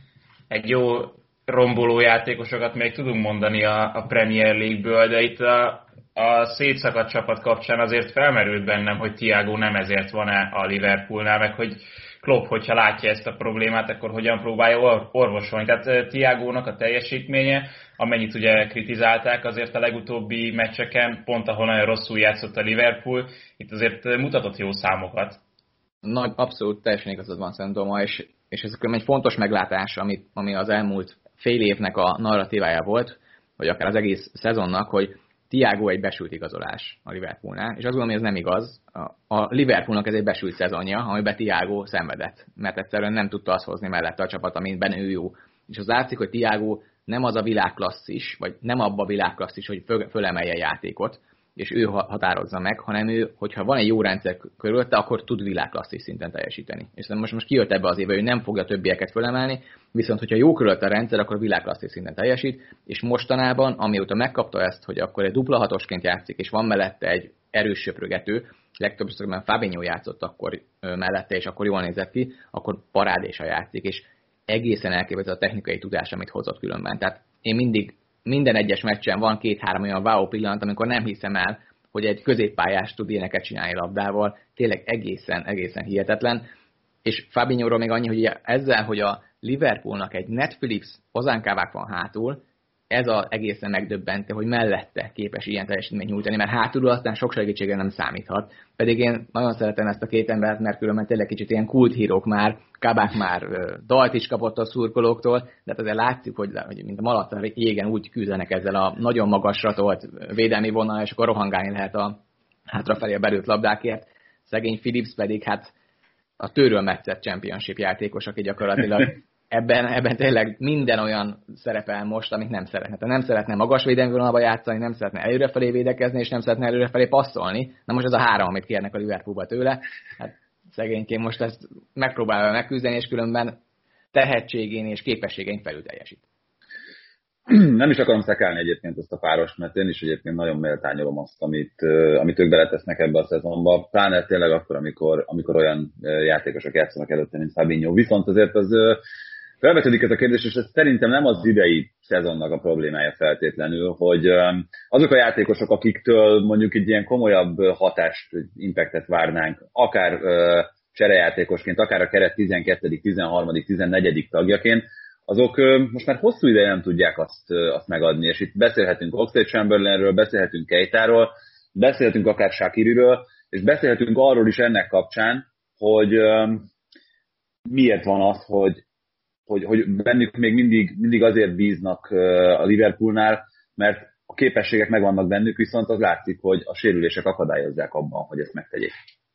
Egy jó romboló játékosokat még tudunk mondani a, a Premier League-ből, de itt a, a szétszakadt csapat kapcsán azért felmerült bennem, hogy Thiago nem ezért van-e a Liverpoolnál, meg hogy Klopp, hogyha látja ezt a problémát, akkor hogyan próbálja orvosolni. Tehát Thiagónak a teljesítménye, amennyit ugye kritizálták azért a legutóbbi meccseken, pont ahol nagyon rosszul játszott a Liverpool, itt azért mutatott jó számokat. Nagy, abszolút teljesen igazad van szerintem, és, és ez egy fontos meglátás, ami, ami az elmúlt fél évnek a narratívája volt, vagy akár az egész szezonnak, hogy Thiago egy besült igazolás a Liverpoolnál, és azt gondolom, hogy ez nem igaz. A Liverpoolnak ez egy besült szezonja, amiben Thiago szenvedett, mert egyszerűen nem tudta azt hozni mellette a csapat, amiben ő jó. És az látszik, hogy Thiago nem az a világklasszis, vagy nem abba a világklasszis, hogy fölemelje a játékot, és ő határozza meg, hanem ő, hogyha van egy jó rendszer körülte, akkor tud világklasszis szinten teljesíteni. És most, most kijött ebbe az évbe, hogy nem fogja többieket fölemelni, viszont hogyha jó körülte a rendszer, akkor világklasszis szinten teljesít, és mostanában, amióta megkapta ezt, hogy akkor egy dupla hatosként játszik, és van mellette egy erős söprögető, legtöbb esetben Fabinho játszott akkor mellette, és akkor jól nézett ki, akkor parádésa játszik, és egészen elképesztő a technikai tudás, amit hozott különben. Tehát én mindig minden egyes meccsen van két-három olyan wow pillanat, amikor nem hiszem el, hogy egy középpályás tud ilyeneket csinálni labdával. Tényleg egészen, egészen hihetetlen. És Fabinhoról még annyi, hogy ezzel, hogy a Liverpoolnak egy Nat Phillips hozánkávák van hátul, ez az egészen megdöbbentő, hogy mellette képes ilyen teljesítményt nyújtani, mert hátulról aztán sok segítségre nem számíthat. Pedig én nagyon szeretem ezt a két embert, mert különben tényleg kicsit ilyen kulthírók már, Kabák már dalt is kapott a szurkolóktól, de hát azért látszik, hogy, hogy mint a malac a jégen úgy küzdenek ezzel a nagyon magasra tolt védelmi vonal, és akkor rohangálni lehet a hátrafelé a belőtt labdákért. Szegény Phillips pedig hát a tőről metszett championship játékos, aki gyakorlatilag Ebben, ebben tényleg minden olyan szerepel most, amit nem szeretne. Tehát nem szeretne magas védelmi vonalba játszani, nem szeretne előrefelé védekezni, és nem szeretne előrefelé passzolni. Na most ez a három, amit kérnek a Liverpoolba tőle. Hát szegényként most ezt megpróbálja megküzdeni, és különben tehetségén és képességein felül teljesít. Nem is akarom szekálni egyébként ezt a párost, mert én is egyébként nagyon méltányolom azt, amit, amit ők beletesznek ebbe a szezonba. Pláne tényleg akkor, amikor, amikor olyan játékosok játszanak előtte, mint Fabinho. Viszont azért az felvetődik ez a kérdés, és ez szerintem nem az idei szezonnak a problémája feltétlenül, hogy azok a játékosok, akiktől mondjuk egy ilyen komolyabb hatást, impactet várnánk, akár cserejátékosként, akár a keret tizenkettedik, tizenharmadik, tizennegyedik tagjaként, azok most már hosszú ideje nem tudják azt, azt megadni, és itt beszélhetünk Oxlade-Chamberlainről, beszélhetünk Keitáról, beszélhetünk akár Shaqiriről, és beszélhetünk arról is ennek kapcsán, hogy miért van az, hogy Hogy, hogy bennük még mindig, mindig azért bíznak a Liverpoolnál, mert a képességek megvannak bennük, viszont az látszik, hogy a sérülések akadályozzák abban, hogy ezt megtegyék.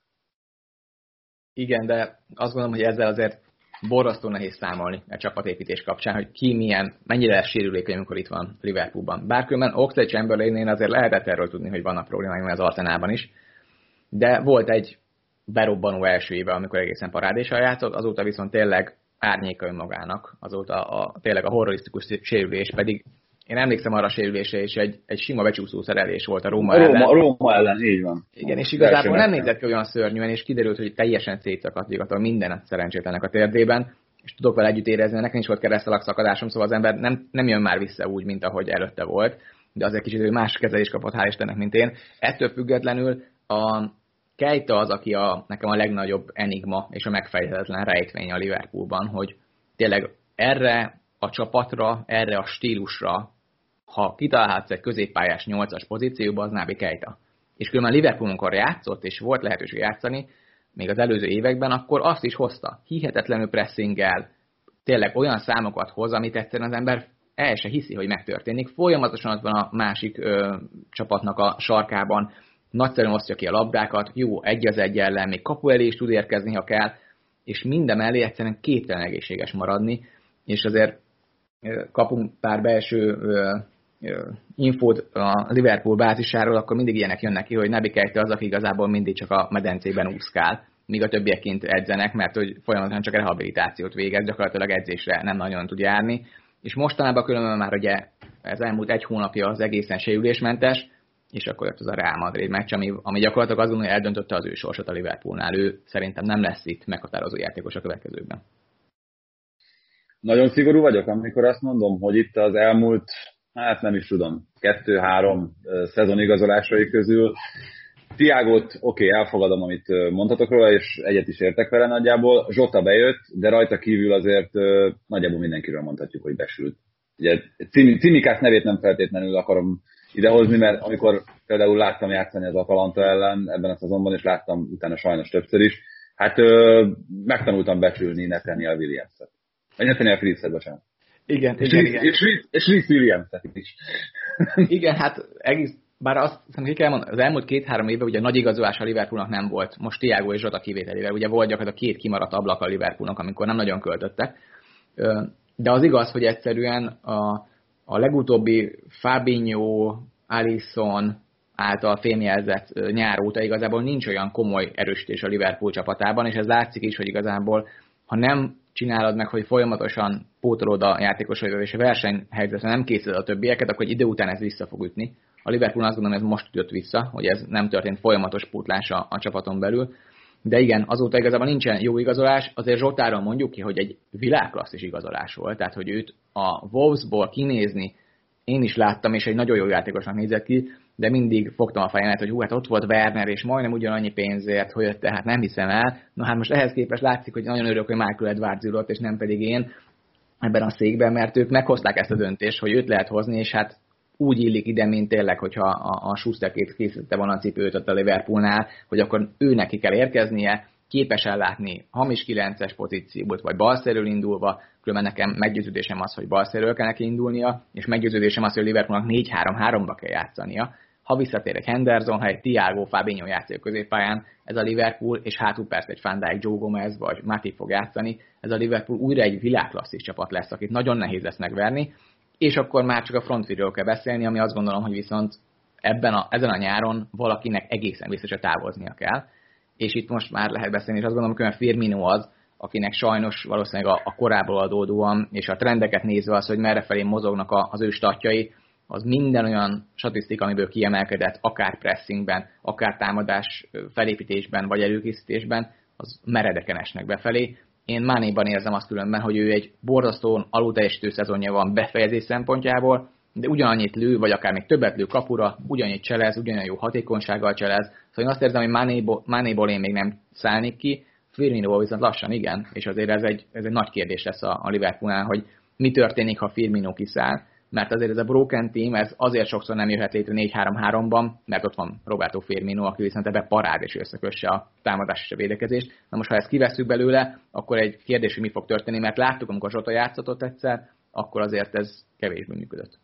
Igen, de azt gondolom, hogy ezzel azért borzasztó nehéz számolni a csapatépítés kapcsán, hogy ki milyen, mennyire lesz sérülékeny, amikor itt van Liverpoolban. Bár különben Oxlade-Chamberlainnél azért lehetett erről tudni, hogy vannak problémáim az Arsenalban is, de volt egy berobbanó első éve, amikor egészen parádéssal játszott, azóta viszont tényleg árnyéka önmagának, azóta a, tényleg a horrorisztikus sérülés, pedig én emlékszem arra a sérülésre, és egy, egy sima becsúszó szerelés volt a Róma, a Róma ellen. A Róma ellen, így van. Igen, és igazából nem nézett ki olyan szörnyűen, és kiderült, hogy teljesen szétszakadt igazából minden szerencsétlenek a térdében, és tudok vele együtt érezni, nekem is volt keresztalak szakadásom, szóval az ember nem, nem jön már vissza úgy, mint ahogy előtte volt, de azért kicsit más kezelés kapott, hál' Istennek, mint én. Ettől függetlenül a Keita az, aki a, nekem a legnagyobb enigma és a megfejthetetlen rejtvény a Liverpoolban, hogy tényleg erre a csapatra, erre a stílusra, ha kitalálhatsz egy középpályás nyolcas pozícióba, az Naby Keita. És különben Liverpool, amikor játszott, és volt lehetőség játszani, még az előző években, akkor azt is hozta. Hihetetlenül pressinggel, tényleg olyan számokat hoz, amit egyszerűen az ember el se hiszi, hogy megtörténik. Folyamatosan az van a másik ö, csapatnak a sarkában, nagyszerűen osztja ki a labdákat, jó, egy az egy ellen, még kapu elé is tud érkezni, ha kell. és minden mellé egyszerűen képtelen egészséges maradni, és azért kapunk pár belső infót a Liverpool bázisáról, akkor mindig ilyenek jönnek ki, hogy Naby Keita az, aki igazából mindig csak a medencében úszkál, míg a többiek kint edzenek, mert hogy folyamatosan csak rehabilitációt végez, gyakorlatilag edzésre nem nagyon tud járni. És mostanában különben már ugye ez elmúlt egy hónapja az egészen sérülésmentes, és akkor jött az a Real Madrid meccs, ami, ami gyakorlatilag azon, hogy eldöntötte az ő sorsot a Liverpoolnál. Ő szerintem nem lesz itt meghatározó játékos a következőkben. Nagyon szigorú vagyok, amikor azt mondom, hogy itt az elmúlt, hát nem is tudom, kettő-három szezon igazolásai közül Thiagot, oké, okay, elfogadom, amit mondhatok róla, és egyet is értek vele nagyjából. Zsota bejött, de rajta kívül azért nagyjából mindenkiről mondhatjuk, hogy besült. Ugye Cimikász nevét nem feltétlenül akarom idehozni, mert amikor például láttam játszani az Atalanta ellen ebben a szezonban, és láttam utána sajnos többször is, hát ö, megtanultam becsülni Nathaniel Williams-et. Vagy Nathaniel Phillipset, bocsánat. Igen, és igen, Reece, igen. És Reece Williams-et is. Igen, hát egész, bár azt hiszem, ki kell mondani, az elmúlt két-három évben ugye nagy igazolás a Liverpoolnak nem volt. Most Thiago és Zsota kivételével. Ugye volt gyakorlatilag két kimaradt ablak a Liverpoolnak, amikor nem nagyon költöttek. De az igaz, hogy egyszerűen a, a legutóbbi Fabinho, Alisson által fémjelzett nyár óta igazából nincs olyan komoly erősítés a Liverpool csapatában, és ez látszik is, hogy igazából, ha nem csinálod meg, hogy folyamatosan pótolod a játékosaidat, és a versenyhelyzetre nem készíted a többieket, akkor egy idő után ez vissza fog ütni. A Liverpool azt gondolom, ez most ütött vissza, hogy ez nem történt folyamatos pótlás a, a csapaton belül. De igen, azóta igazából nincsen jó igazolás, azért Zsotáról mondjuk ki, hogy egy világklasszis igazolás volt, tehát hogy őt a Wolvesból kinézni, én is láttam, és egy nagyon jó játékosnak nézett ki, de mindig fogtam a fejemet, hogy hú, hát ott volt Werner, és majdnem ugyanannyi pénzért, hogy jött, tehát nem hiszem el. Na hát most ehhez képest látszik, hogy nagyon örülök, hogy Michael Edwards ülött, és nem pedig én ebben a székben, mert ők meghozták ezt a döntést, hogy őt lehet hozni, és hát úgy illik ide, mint tényleg, hogyha a, a Schuster készítette volna a cipőt a Liverpoolnál, hogy akkor ő neki kell érkeznie, képes ellátni hamis kilences pozíciót, vagy balszerről indulva, különben nekem meggyőződésem az, hogy balszerről kell neki indulnia, és meggyőződésem az, hogy a Liverpoolnak négy három háromba kell játszania. Ha visszatér egy Henderson, ha egy Thiago, Fabinho játszik középpályán, ez a Liverpool, és hátul persze egy Van Dijk, Joe Gomez vagy Matip fog játszani, ez a Liverpool újra egy világklasszis csapat lesz, akit nagyon nehéz lesz megverni, és akkor már csak a frontfieldről kell beszélni, ami azt gondolom, hogy viszont ebben a, ezen a nyáron valakinek egészen biztosan távoznia kell. És itt most már lehet beszélni, és azt gondolom, hogy Firmino az, akinek sajnos valószínűleg a, a korából adódóan, és a trendeket nézve az, hogy merrefelé mozognak a, az ő statjai, az minden olyan statisztika, amiből kiemelkedett, akár pressingben, akár támadás felépítésben, vagy előkészítésben, az meredeken esnek befelé. Én Manéban érzem azt különben, hogy ő egy borzasztóan alulteljesítő szezonja van befejezés szempontjából, de ugyanannyit lő, vagy akár még többet lő kapura, ugyanannyit cselez, ugyanolyan jó hatékonysággal cselez. Szóval én azt érzem, hogy Manéból, Manéból én még nem szállnék ki, Firminoból viszont lassan igen, és azért ez egy, ez egy nagy kérdés lesz a, a Liverpoolnál, hogy mi történik, ha Firmino kiszáll, mert azért ez a broken team, ez azért sokszor nem jöhet létre négy három háromban, mert ott van Roberto Firmino, aki viszont ebbe parád és összekösse a támadás és a védekezést. Na most, ha ezt kivesszük belőle, akkor egy kérdés, hogy mi fog történni, mert láttuk, amikor Zsota játszott egyszer, akkor azért ez kevésbé működött.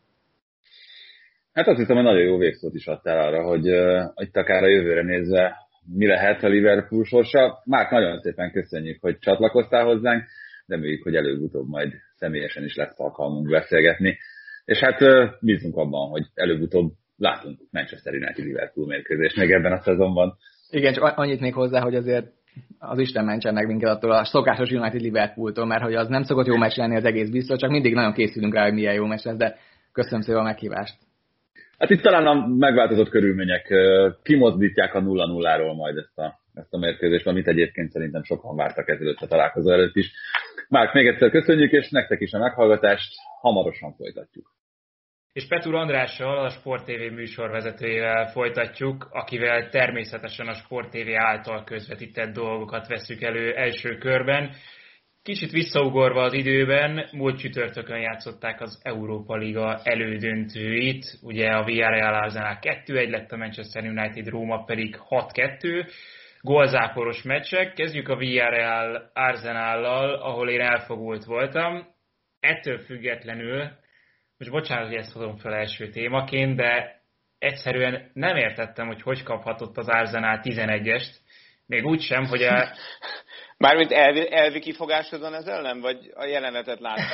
Hát azt hiszem, hogy nagyon jó végszót is adtál arra, hogy uh, itt akár a jövőre nézve mi lehet a Liverpool sorsa. Márk, nagyon szépen köszönjük, hogy csatlakoztál hozzánk, reméljük, hogy előbb-utóbb majd személyesen is lesz alkalmunk beszélgetni. És hát uh, bízunk abban, hogy előbb-utóbb látunk Manchester United Liverpool mérkőzést még ebben a szezonban. Igen, csak annyit még hozzá, hogy azért az Isten mentsen meg minket attól a szokásos United Liverpooltól, mert hogy az nem szokott jó meccs lenni, az egész biztos, csak mindig nagyon készülünk rá, hogy milyen jó meccs lesz, de köszönöm szépen a meghívást. Hát itt talán a megváltozott körülmények kimozdítják a nulla nulláról majd ezt a, ezt a mérkőzést, amit egyébként szerintem sokan vártak ezelőtt a találkozó előtt is. Márk, még egyszer köszönjük, és nektek is a meghallgatást, hamarosan folytatjuk. És Petur Andrással, a Sport té vé műsorvezetőjével folytatjuk, akivel természetesen a Sport té vé által közvetített dolgokat vesszük elő első körben. Kicsit visszaugorva az időben, múlt csütörtökön játszották az Európa Liga elődöntőit, ugye a Villarreal Arsenal kettő egy lett, a Manchester United Róma pedig hat kettő, gólzáporos meccsek. Kezdjük a Villarreal Arsenallal, ahol én elfogult voltam. Ettől függetlenül, most bocsánat, hogy ezt hozom fel első témaként, de egyszerűen nem értettem, hogy hogy kaphatott az Arsenal tizenegyest, még úgy sem, hogy a... Mármint elvi, elvi kifogásod van ez ellen, vagy a jelenetet látva?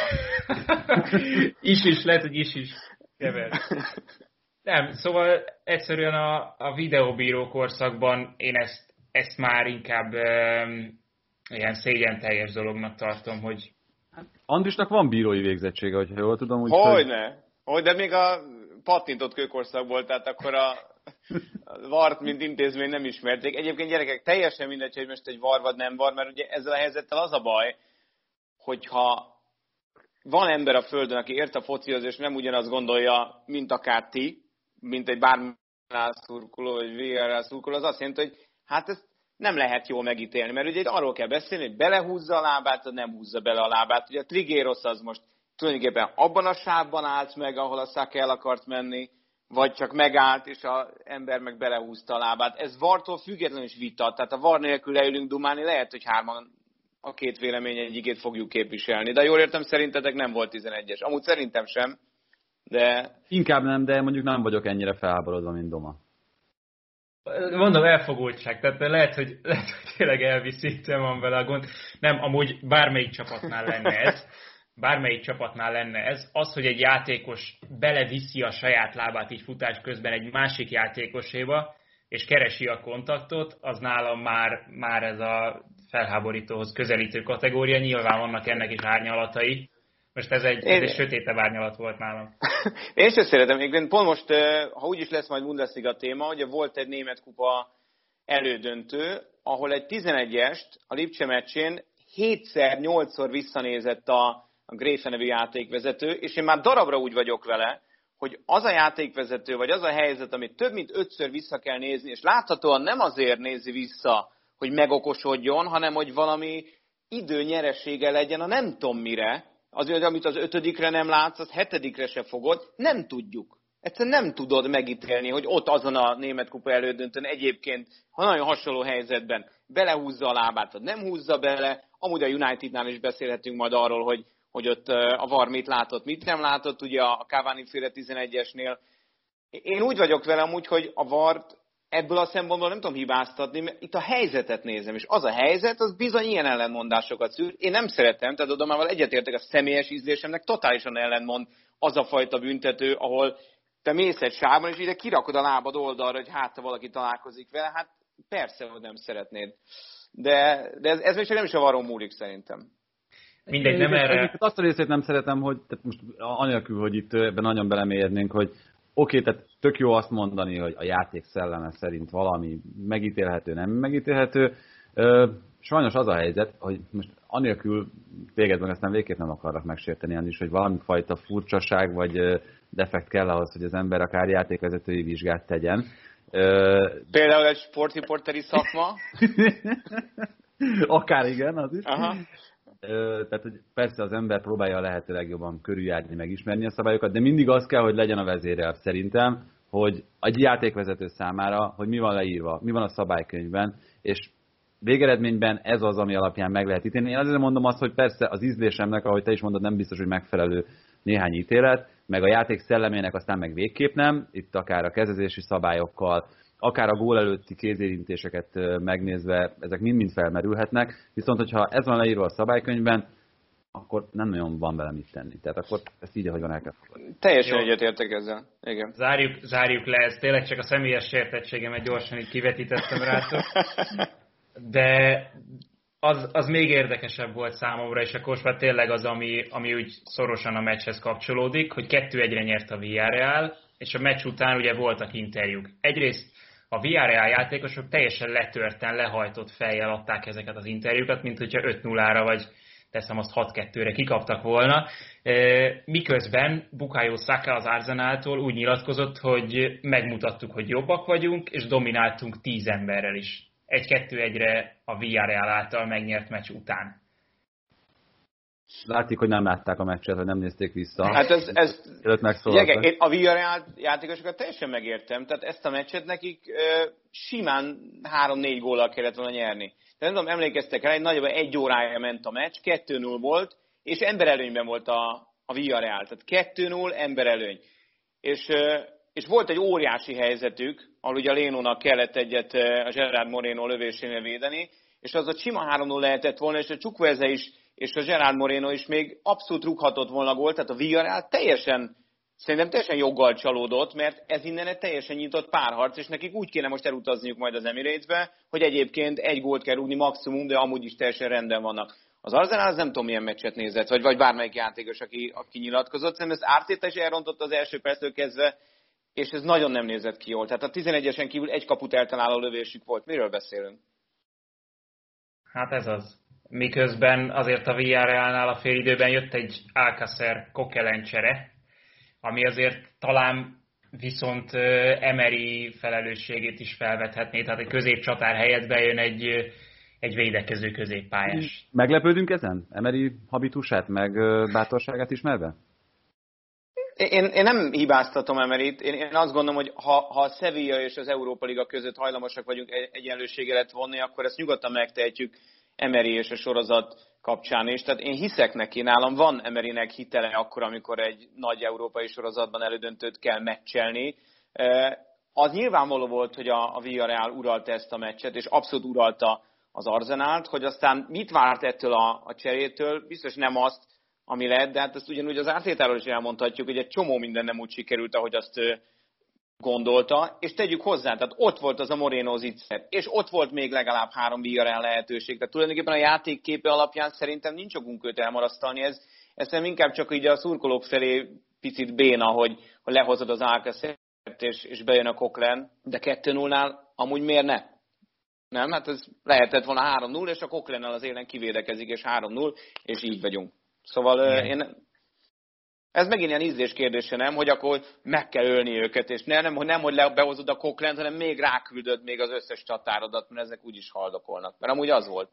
is is, lehet, hogy is is kever. Nem, szóval egyszerűen a, a videóbíró korszakban én ezt, ezt már inkább um, ilyen szégyen teljes dolognak tartom, hogy... Andrisnak van bírói végzettsége, hogyha jól tudom. Úgy, Hogyne. Hogy... Hogy, de még a pattintott kőkorszakból, tehát akkor a, a vart, mint intézmény nem ismerték. Egyébként gyerekek, teljesen mindegy, hogy most egy var vagy nem var, mert ugye ezzel a helyzettel az a baj, hogyha van ember a földön, aki ért a focihoz, és nem ugyanazt gondolja, mint akár ti, mint egy bármilyen szurkoló, vagy vé er el szurkoló, az azt jelenti, hogy hát ezt nem lehet jól megítélni, mert ugye arról kell beszélni, hogy belehúzza a lábát, vagy nem húzza bele a lábát. Ugye a Trigueros az most tulajdonképpen abban a sávban állt meg, ahol a Saka el akart menni, vagy csak megállt, és az ember meg belehúzta a lábát. Ez vartól függetlenül is vita, tehát a var nélkül leülünk dumálni, lehet, hogy hárman a két vélemény egyikét fogjuk képviselni. De jól értem, szerintetek nem volt tizenegyes. Amúgy szerintem sem, de... Inkább nem, de mondjuk nem vagyok ennyire felháborodva, mint Doma. Mondom, elfogultság, tehát lehet, hogy, lehet, hogy tényleg elviszi, nem van vele a gond. Nem, amúgy bármelyik csapatnál lenne ez. Bármelyik csapatnál lenne ez. Az, hogy egy játékos beleviszi a saját lábát így futás közben egy másik játékoséba, és keresi a kontaktot, az nálam már, már ez a felháborítóhoz közelítő kategória. Nyilván vannak ennek is árnyalatai. Most ez egy, ez egy sötétebb árnyalat volt nálam. Én sem szeretem. Én pont most, ha úgyis lesz majd Bundesliga téma, hogy volt egy német kupa elődöntő, ahol egy tizenegyest a Lipcse meccsén hétszer, nyolcszor visszanézett a, a Gréfe nevű játékvezető, és én már darabra úgy vagyok vele, hogy az a játékvezető, vagy az a helyzet, amit több mint ötször vissza kell nézni, és láthatóan nem azért nézi vissza, hogy megokosodjon, hanem hogy valami időnyeresége legyen a nem tudom mire, azért, amit az ötödikre nem látsz, az hetedikre se fogod, nem tudjuk. Egyszerűen nem tudod megítélni, hogy ott azon a német kupa elődöntőn egyébként, ha nagyon hasonló helyzetben belehúzza a lábát, vagy nem húzza bele. Amúgy a Unitednál is beszélhetünk majd arról, hogy, hogy ott a VAR mit látott, mit nem látott, ugye a Cavani féle tizenegyesnél. Én úgy vagyok vele amúgy, hogy a vart ebből a szempontból nem tudom hibáztatni, mert itt a helyzetet nézem, és az a helyzet, az bizony ilyen ellentmondásokat szűr. Én nem szeretem, tehát Odomával egyetértek, a személyes ízlésemnek totálisan ellentmond az a fajta büntető, ahol te mész egy sávban, és ide kirakod a lábad oldalra, hogy hát, ha valaki találkozik vele, hát persze, hogy nem szeretnéd. De, de ez, ez még csak nem is a varon múlik szerintem. Mindegy, nem erre. Azt a részét nem szeretem, hogy tehát most anélkül, hogy itt ebben nagyon belemélyednénk, hogy oké, okay, tehát tök jó azt mondani, hogy a játék szelleme szerint valami megítélhető, nem megítélhető. Sajnos az a helyzet, hogy most anélkül téged meg aztán végképp nem akarnak megsérteni, is, hogy valami fajta furcsaság vagy defekt kell ahhoz, hogy az ember akár játékvezetői vizsgát tegyen. Például egy sportriporteri szakma? Akár igen, az is. Aha. Tehát, hogy persze az ember próbálja a lehető legjobban körüljárni, megismerni a szabályokat, de mindig az kell, hogy legyen a vezérelv szerintem, hogy egy játékvezető számára, hogy mi van leírva, mi van a szabálykönyvben, és végeredményben ez az, ami alapján meg lehet ítélni. Én azért mondom azt, hogy persze az ízlésemnek, ahogy te is mondod, nem biztos, hogy megfelelő néhány ítélet, meg a játék szellemének aztán meg végképp nem, itt akár a kezezési szabályokkal, akár a gól előtti kézérintéseket megnézve, ezek mind-mind felmerülhetnek, viszont hogyha ez van leírva a szabálykönyvben, akkor nem nagyon van vele mit tenni. Tehát akkor ezt így, ahogy van, el kell fogadni. Teljesen egyetértek ezzel. Igen. Zárjuk, zárjuk le, ez tényleg csak a személyes sértettségemet gyorsan így kivetítettem rátok. De az, az még érdekesebb volt számomra, és akkor már tényleg az, ami, ami úgy szorosan a meccshez kapcsolódik, hogy kettő egyre nyert a Villarreal, és a meccs után ugye voltak interjúk. Egyrészt a Villarreal játékosok teljesen letörten, lehajtott fejjel adták ezeket az interjúkat, mint hogyha öt nullára vagy teszem azt hat kettőre kikaptak volna. Miközben Bukayo Saka az Arsenaltól úgy nyilatkozott, hogy megmutattuk, hogy jobbak vagyunk, és domináltunk tíz emberrel is. Egy-kettő egyre a Villarreal által megnyert meccs után. Látszik, hogy nem látták a meccset, vagy nem nézték vissza. Hát ez, ez gyere, én a Villarreal játékosokat teljesen megértem, tehát ezt a meccset nekik ö, simán három-négy góllal kellett volna nyerni. Tehát nem tudom, emlékeztek rá, egy nagyjából egy órája ment a meccs, kettő null volt, és emberelőnyben volt a, a Villarreal, tehát kettő null emberelőny. És, ö, és volt egy óriási helyzetük, ahol ugye a Lénónak kellett egyet a Gerard Moreno lövésénél védeni, és az a sima három null lehetett volna, és a Chukwueze is, és a Gerard Moreno is még abszolút rúghatott volna gólt, tehát a Villarreal teljesen, szerintem teljesen joggal csalódott, mert ez innen egy teljesen nyitott párharc, és nekik úgy kéne most elutazniuk majd az Emirates-be, hogy egyébként egy gólt kell rúgni maximum, de amúgy is teljesen rendben vannak. Az Arsenal az nem tudom milyen meccset nézett, vagy, vagy bármelyik játékos, aki, aki nyilatkozott. Szerintem ezt Arteta is elrontott az első perctől kezdve, és ez nagyon nem nézett ki jól. Tehát a tizenegyesen kívül egy kaput eltaláló lövésük volt. Miről beszélünk? Hát ez az. Miközben azért a Villarrealnál a félidőben jött egy Alcácer Coquelin csere, ami azért talán viszont Emery felelősségét is felvethetné, tehát egy középcsatár helyett bejön egy, egy védekező középpályás. Meglepődünk ezen? Emery habitusát, meg bátorságát ismerve? Én, én nem hibáztatom Emeryt. Én, én azt gondolom, hogy ha, ha a Sevilla és az Európa Liga között hajlamosak vagyunk egyenlőséget vonni, akkor ezt nyugodtan megtehetjük Emery és a sorozat kapcsán is. Tehát én hiszek neki, nálam van Emerynek hitele akkor, amikor egy nagy európai sorozatban elődöntőt kell meccselni. Az nyilvánvaló volt, hogy a, a Villarreal uralta ezt a meccset, és abszolút uralta az Arsenalt, hogy aztán mit várt ettől a, a cserétől, biztos nem azt, ami lett, de hát ezt ugyanúgy az Artetáról is elmondhatjuk, hogy egy csomó minden nem úgy sikerült, ahogy azt gondolta, és tegyük hozzá, tehát ott volt az a Moreno zicser, és ott volt még legalább három Villarreal lehetőség, tehát tulajdonképpen a játékképe alapján szerintem nincs okunk őt elmarasztalni, ez, ez nem inkább csak így a szurkolók felé picit béna, hogy, hogy lehozod az Alcácert, és, és bejön a Coquelin, de kettő nullnál amúgy miért ne? Nem, hát ez lehetett volna három null, és a Coquelinnal az élen kivédekezik, és három null, és így vagyunk. Szóval uh, én, ez megint ilyen ízlés kérdése, nem, hogy akkor meg kell ölni őket, és nem, nem, nem hogy behozod a Coquelint, hanem még ráküldöd még az összes csatárodat, mert ezek úgyis haldokolnak. Mert amúgy az volt.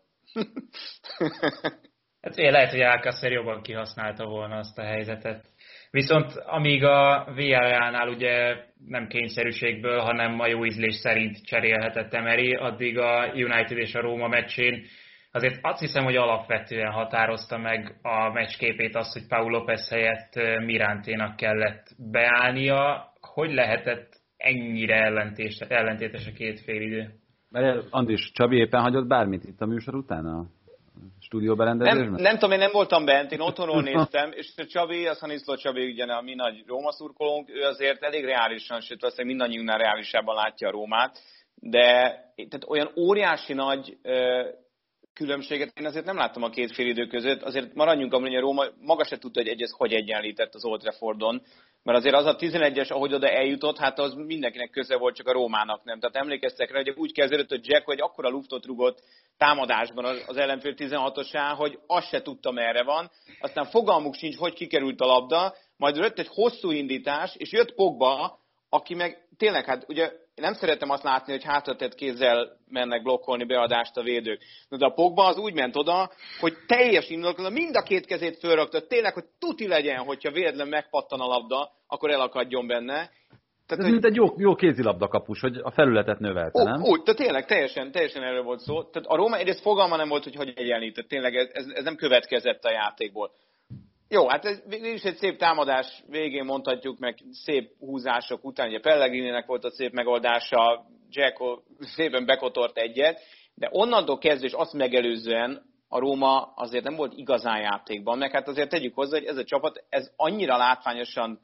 Hát lehet, hogy Alcácer jobban kihasználta volna azt a helyzetet. Viszont amíg a Villarrealnál ugye nem kényszerűségből, hanem a jó ízlés szerint cserélhetett Emery, addig a United és a Róma meccsén azért azt hiszem, hogy alapvetően határozta meg a meccsképét az, hogy Pau López helyett Miranténak kellett beállnia. Hogy lehetett ennyire ellentétes a két félidő? Mert Andris, Csabi éppen hagyott bármit itt a műsor után a stúdióberendezésben? Nem, nem tudom, én nem voltam bent, én otthonról néztem, és Csabi, az Haniszló Csabi, ugye a mi nagy Róma szurkolónk, ő azért elég reálisan, sőt valószínűleg mindannyiunknál reálisában látja a Rómát, de tehát olyan óriási nagy különbséget én azért nem láttam a két félidő között, azért maradjunk abban, hogy a Róma maga se tudta, hogy egy, ez hogy egyenlített az Old Traffordon, mert azért az a tizenegyes, ahogy oda eljutott, hát az mindenkinek köze volt, csak a Rómának nem. Tehát emlékeztek rá, hogy úgy kezdődött, hogy Jack, hogy akkora luftot rugott támadásban az, az ellenfél tizenhatosán, hogy azt se tudta, merre van. Aztán fogalmuk sincs, hogy kikerült a labda, majd jött egy hosszú indítás, és jött Pogba, aki meg tényleg, hát ugye nem szeretem azt látni, hogy hátratett kézzel mennek blokkolni beadást a védők. De a Pogba az úgy ment oda, hogy teljes indulatosan mind a két kezét fölrakta, tényleg, hogy tuti legyen, hogyha véletlen megpattan a labda, akkor elakadjon benne. Tehát, ez hogy... mint egy jó, jó kézilabdakapus, hogy a felületet növelte, ó, nem? Úgy, tehát tényleg, teljesen, teljesen erről volt szó. Tehát a Róma egyrészt fogalma nem volt, hogy hogy egyenlített. Tényleg ez, ez, ez nem következett a játékból. Jó, hát ez is egy szép támadás végén mondhatjuk, meg szép húzások után, ugye Pellegrininek volt a szép megoldása, Dzeko szépen bekotort egyet, de onnantól kezdve, és azt megelőzően a Róma azért nem volt igazán játékban, meg hát azért tegyük hozzá, hogy ez a csapat, ez annyira látványosan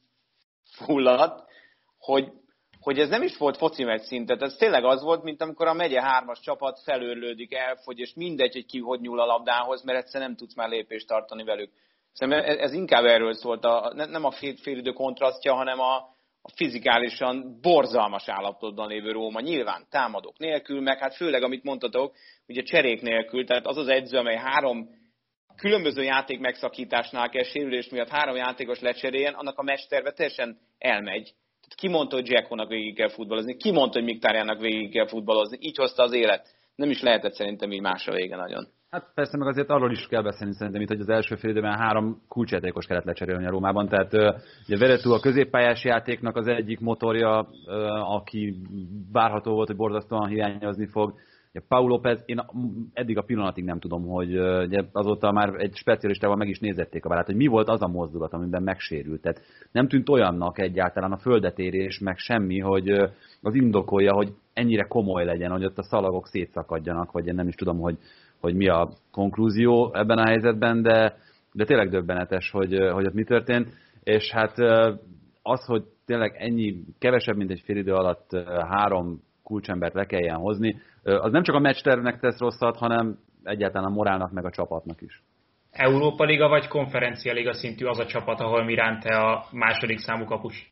kifulladt, hogy, hogy ez nem is volt foci meccs szinten, ez tényleg az volt, mint amikor a megye hármas csapat felőrlődik, elfogy, és mindegy, hogy ki hogy nyúl a labdához, mert egyszerűen nem tudsz már lépést tartani velük. Szerintem ez inkább erről szólt, a, nem a fél, félidő kontrasztja, hanem a, a fizikálisan borzalmas állapotban lévő Róma. Nyilván támadók nélkül, meg hát főleg, amit mondtatok, ugye cserék nélkül, tehát az az edző, amely három különböző játék megszakításnál kell sérülés miatt három játékos lecseréljen, annak a mesterve teljesen elmegy. Tehát ki mondta, hogy Dzekónak végig kell futballozni, ki mondta, hogy Mkhitaryannak végig kell futballozni, így hozta az élet. Nem is lehetett szerintem így más a vége nagyon. Hát persze, meg azért arról is kell beszélni szerintem itt, hogy az első fél időben három kulcsjátékos kellett lecserélni a Rómában. Tehát ugye Veretout a középpályás játéknak az egyik motorja, aki várható volt, hogy borzasztóan hiányozni fog. Ugye Pau López, én eddig a pillanatig nem tudom, hogy ugye azóta már egy specialistával meg is nézették a vállát, hogy mi volt az a mozdulat, amiben megsérült. Tehát nem tűnt olyannak egyáltalán a földetérés, meg semmi, hogy az indokolja, hogy ennyire komoly legyen, hogy ott a szalagok szétszakadjanak, vagy én nem is tudom, hogy, hogy mi a konklúzió ebben a helyzetben, de, de tényleg döbbenetes, hogy, hogy ott mi történt. És hát az, hogy tényleg ennyi, kevesebb, mint egy fél idő alatt három kulcsembert le kelljen hozni, az nem csak a meccstervnek tesz rosszat, hanem egyáltalán a morálnak meg a csapatnak is. Európa Liga vagy Konferencia Liga szintű az a csapat, ahol Mirante a második számú kapus?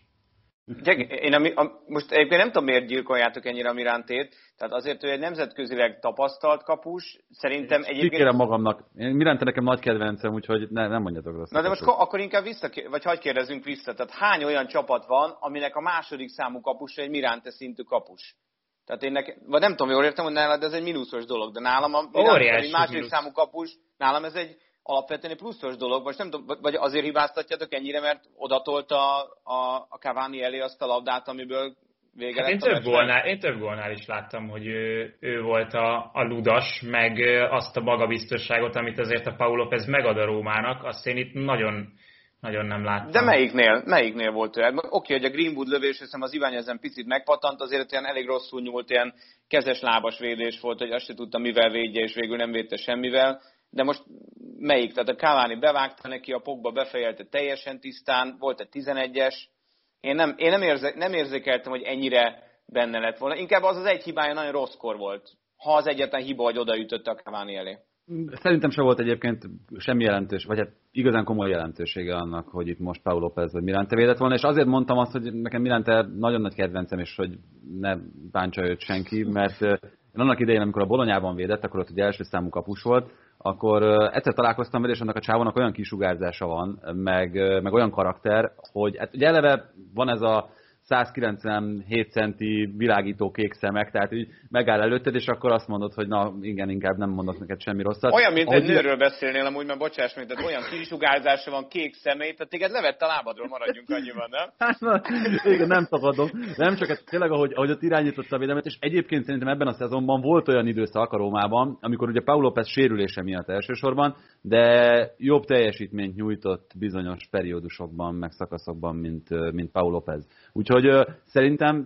Én a, a, most egyébként nem tudom, miért gyilkoljátok ennyire a Mirantét, tehát azért, hogy egy nemzetközileg tapasztalt kapus, szerintem egyébként... Kikérem magamnak. Mirante nekem nagy kedvencem, úgyhogy ne, nem mondjatok rosszat. Na de most akkor inkább vissza, vagy hagyj kérdezzünk vissza. Tehát hány olyan csapat van, aminek a második számú kapus egy Mirante szintű kapus? Tehát én nekem, vagy nem tudom, jól értem, hogy nálad ez egy mínuszos dolog, de nálam a Mirante, egy második mínusz. Számú kapus, nálam ez egy alapvetően egy pluszos dolog, vagy, nem tudom, vagy azért hibáztatjátok ennyire, mert odatolt a, a, a Cavani elé azt a labdát, amiből vége hát lett én a több gólnál, Én több gólnál is láttam, hogy ő, ő volt a, a ludas, meg azt a magabiztosságot, amit azért a Pau López megad a Rómának, azt én itt nagyon, nagyon nem láttam. De melyiknél, melyiknél volt ő? Oké, hogy a Greenwood lövés, hiszem az Iványezen picit megpatant, azért olyan elég rosszul nyúlt, ilyen kezes-lábas védés volt, hogy azt se tudta, mivel védje, és végül nem védte semmivel. De most melyik? Tehát a Cavani bevágta neki, a Pogba befejelte teljesen tisztán, volt egy tizenegyes. Én nem, én nem, érze, nem érzékeltem, hogy ennyire benne lett volna. Inkább az az egy hibája nagyon rosszkor volt. Ha az egyetlen hiba, hogy odaütötte a Cavani elé. Szerintem se volt egyébként semmi jelentős, vagy hát igazán komoly jelentősége annak, hogy itt most Pau López vagy Mirante védett volna, és azért mondtam azt, hogy nekem Mirante nagyon nagy kedvencem, és hogy ne bántsa őt senki, mert én annak idején, amikor a Bolonyában védett, akkor ott ugye első számú kapus volt, akkor egyszer találkoztam vele, és annak a csávónak olyan kisugárzása van, meg, meg olyan karakter, hogy hát ugye eleve van ez a százkilencvenhét centi világító kék szemek, tehát így megáll előtted, és akkor azt mondod, hogy na igen, inkább nem mondok neked semmi rosszat. Olyan, mint ahogy egy nőről beszélnél, amúgy már bocsáss meg, tehát olyan kisugárzása van, kék szemei, tehát téged levett a lábadról, maradjunk annyiban, nem? Hát na, igen, nem tagadom. Nem csak hát tényleg, ahogy, ahogy ott irányította a védelmet, és egyébként szerintem ebben a szezonban volt olyan időszak a Rómában, amikor ugye Pau López sérülése miatt elsősorban, de jobb teljesítményt nyújtott bizonyos periódusokban, meg szakaszokban, mint, mint Pau López. Úgyhogy uh, szerintem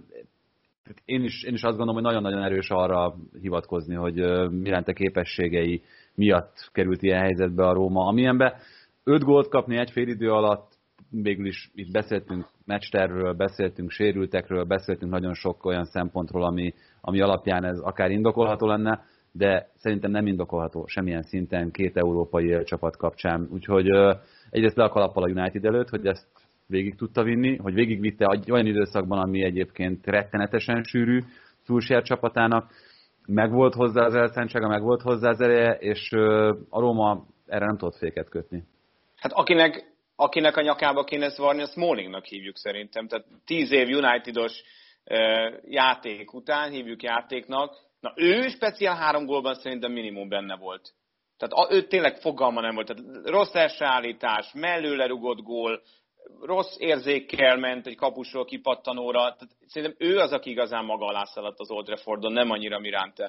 én is, én is azt gondolom, hogy nagyon-nagyon erős arra hivatkozni, hogy uh, Mirante képességei miatt került ilyen helyzetbe a Róma, amilyenbe öt gólt kapni egy fél idő alatt, végül is itt beszéltünk meccstervről, beszéltünk sérültekről, beszéltünk nagyon sok olyan szempontról, ami, ami alapján ez akár indokolható lenne, de szerintem nem indokolható semmilyen szinten két európai csapat kapcsán. Úgyhogy uh, egyrészt le a kalappal a United előtt, hogy ezt végig tudta vinni, hogy végigvitte olyan időszakban, ami egyébként rettenetesen sűrű Solskjaer csapatának, megvolt hozzá az elszántsága, megvolt hozzá az ereje, és a Róma erre nem tudott féket kötni. Hát akinek, akinek a nyakába kéne szvarni, a Smallingnak hívjuk szerintem. Tehát tíz év United-os játék után hívjuk játéknak. Na ő speciál három gólban szerintem minimum benne volt. Tehát ő tényleg fogalma nem volt. Tehát rossz első állítás, mellőle rugott gól, rossz érzékkel ment egy kapusról kipattanóra. Tehát szerintem ő az, aki igazán maga alá szaladt az Old Traffordon, nem annyira Mirante.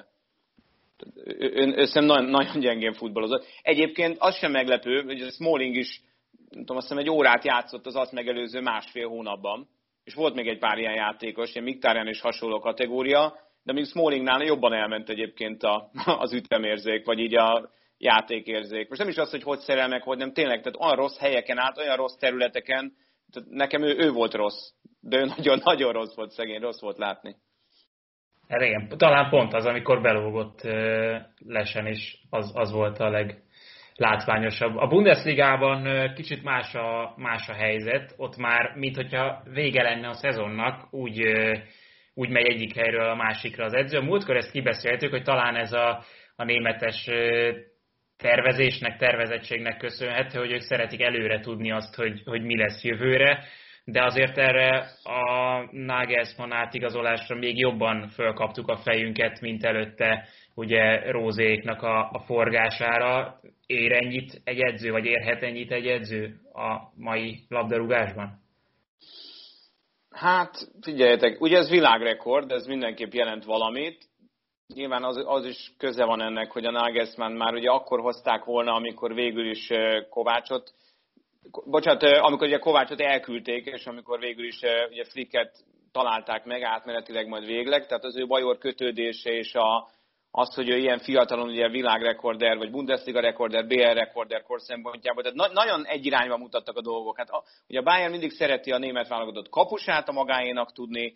Ő, ő, ő szerintem nagyon, nagyon gyengén futballozott. Egyébként az sem meglepő, hogy a Smalling is, nem tudom, azt hiszem egy órát játszott az azt megelőző másfél hónapban, és volt még egy pár ilyen játékos, ilyen Mkhitaryan és hasonló kategória, de még Smallingnál jobban elment egyébként a, az ütemérzék, vagy így a játékérzék. Most nem is az, hogy hogy szerel meg, hogy nem, tényleg, tehát olyan rossz helyeken állt, olyan rossz területeken, tehát nekem ő, ő volt rossz, de ő nagyon-nagyon rossz volt, szegény, rossz volt látni. Hát igen, talán pont az, amikor belógott uh, lesen, és az, az volt a leglátványosabb. A Bundesligában uh, kicsit más a, más a helyzet, ott már, minthogyha vége lenne a szezonnak, úgy, uh, úgy megy egyik helyről a másikra az edző. A múltkor ezt kibeszéltük, hogy talán ez a, a németes uh, tervezésnek, tervezettségnek köszönhető, hogy ők szeretik előre tudni azt, hogy, hogy mi lesz jövőre, de azért erre a Nagelsmann átigazolásra még jobban fölkaptuk a fejünket, mint előtte ugye Rózéknak a, a forgására. Ér ennyit egy edző, vagy érhet ennyit egy edző a mai labdarúgásban? Hát figyeljetek, ugye ez világrekord, ez mindenképp jelent valamit. Nyilván az, az is köze van ennek, hogy a Nagelsmann már ugye akkor hozták volna, amikor végül is Kovácsot, bocsánat, amikor ugye Kovácsot elküldték, és amikor végül is ugye Flicket találták meg átmenetileg majd végleg, tehát az ő bajor kötődése és a, az, hogy ő ilyen fiatalon ugye világrekorder, vagy Bundesliga rekorder, bé el rekorder kor szempontjából, tehát na, nagyon egy irányba mutattak a dolgok. Hát a, ugye a Bayern mindig szereti a német válogatott kapusát a magáénak tudni,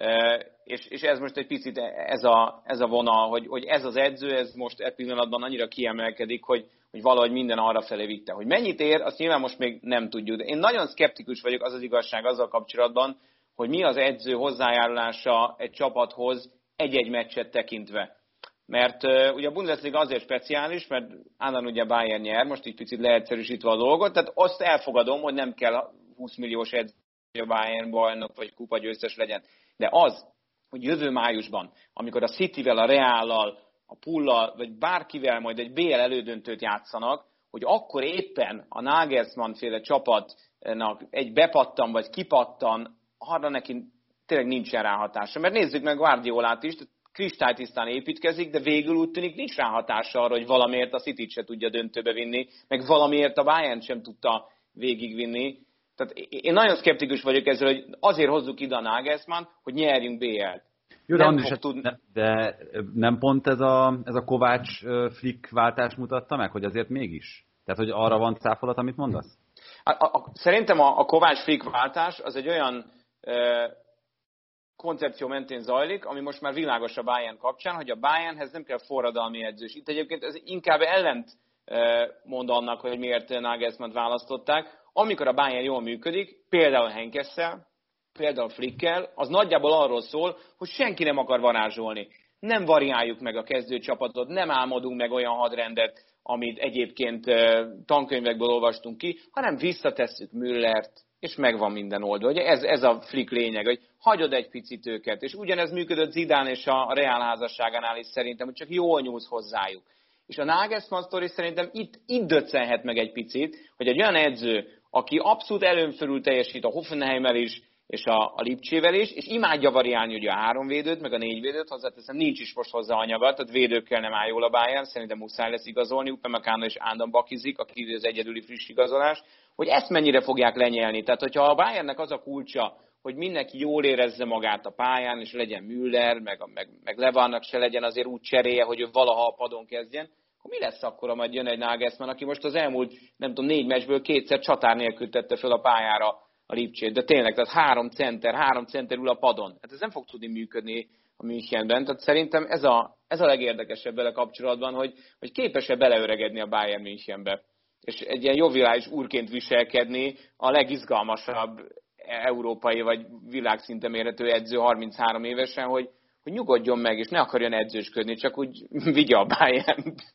és, és ez most egy picit ez a, ez a vonal, hogy, hogy ez az edző, ez most e pillanatban annyira kiemelkedik, hogy, hogy valahogy minden arra felé vitte. Hogy mennyit ér, azt nyilván most még nem tudjuk. De én nagyon szkeptikus vagyok, az az igazság azzal kapcsolatban, hogy mi az edző hozzájárulása egy csapathoz egy-egy meccset tekintve. Mert uh, ugye a Bundesliga azért speciális, mert állandóan ugye Bayern nyer, most így picit leegyszerűsítve a dolgot, tehát azt elfogadom, hogy nem kell húsz milliós edző, hogy a Bayern bajnok vagy kupagyőztes legyen. De az, hogy jövő májusban, amikor a Cityvel, a Reállal, a Pullal, vagy bárkivel majd egy bé el elődöntőt játszanak, hogy akkor éppen a Nagelsmann féle csapatnak egy bepattan vagy kipattan, arra neki tényleg nincsen ráhatása. Mert nézzük meg Guardiolát is, kristálytisztán építkezik, de végül úgy tűnik nincs ráhatása arra, hogy valamiért a Cityt se tudja döntőbe vinni, meg valamiért a Bayern sem tudta végigvinni. Tehát én nagyon szkeptikus vagyok ezzel, hogy azért hozzuk ide a Nagelsmann, hogy nyerjünk bé el-t. Jó, de, Andris, tud... de nem pont ez a, ez a Kovács-Flick váltás mutatta meg, hogy azért mégis? Tehát, hogy arra van cáfolat, amit mondasz? A, a, a, szerintem a, a Kovács-Flick váltás az egy olyan e, koncepció mentén zajlik, ami most már világos a Bayern kapcsán, hogy a Bayernhez nem kell forradalmi edzős. Itt egyébként ez inkább ellent e, mond annak, hogy miért Nagelsmannt választották. Amikor a Bayern jól működik, például Henkessel, például Flickkel, az nagyjából arról szól, hogy senki nem akar varázsolni. Nem variáljuk meg a kezdőcsapatot, nem álmodunk meg olyan hadrendet, amit egyébként tankönyvekből olvastunk ki, hanem visszatesszük Müllert, és megvan minden oldva. Ugye ez, ez a Flick lényeg, hogy hagyod egy picit őket. És ugyanez működött Zidane és a Real házasságánál is szerintem, hogy csak jól nyúlsz hozzájuk. És a Nagelsmann sztori szerintem itt, itt döccenhet meg egy picit, hogy egy olyan edző, aki abszolút előn fölül teljesít a Hoffenheimmel is, és a, a Lipcsével is, és imádja variálni ugye a három védőt, meg a négy védőt, hozzáteszem, nincs is most hozzá anyaga, tehát védőkkel nem áll jól a Bayern, szerintem muszáj lesz igazolni, Upamecano és Ándan bakizik, aki az egyedüli friss igazolás, hogy ezt mennyire fogják lenyelni. Tehát, hogyha a Bayernnek az a kulcsa, hogy mindenki jól érezze magát a pályán, és legyen Müller, meg, meg, meg Lewandnak se legyen azért úgy cseréje, hogy ő valaha a padon kezdjen, akkor mi lesz akkor, majd jön egy Nagelsmann, aki most az elmúlt, nem tudom, négy meccsből kétszer csatár nélkül tette fel a pályára a Lipcsét, de tényleg, tehát három center, három center ül a padon. Hát ez nem fog tudni működni a Münchenben, tehát szerintem ez a, ez a legérdekesebb vele kapcsolatban, hogy, hogy képes-e beleöregedni a Bayern Münchenbe, és egy ilyen joviális úrként viselkedni a legizgalmasabb európai vagy világszinten mérhető edző harminchárom évesen, hogy, hogy nyugodjon meg, és ne akarjon edzősködni, csak úgy vigye a Bayernt.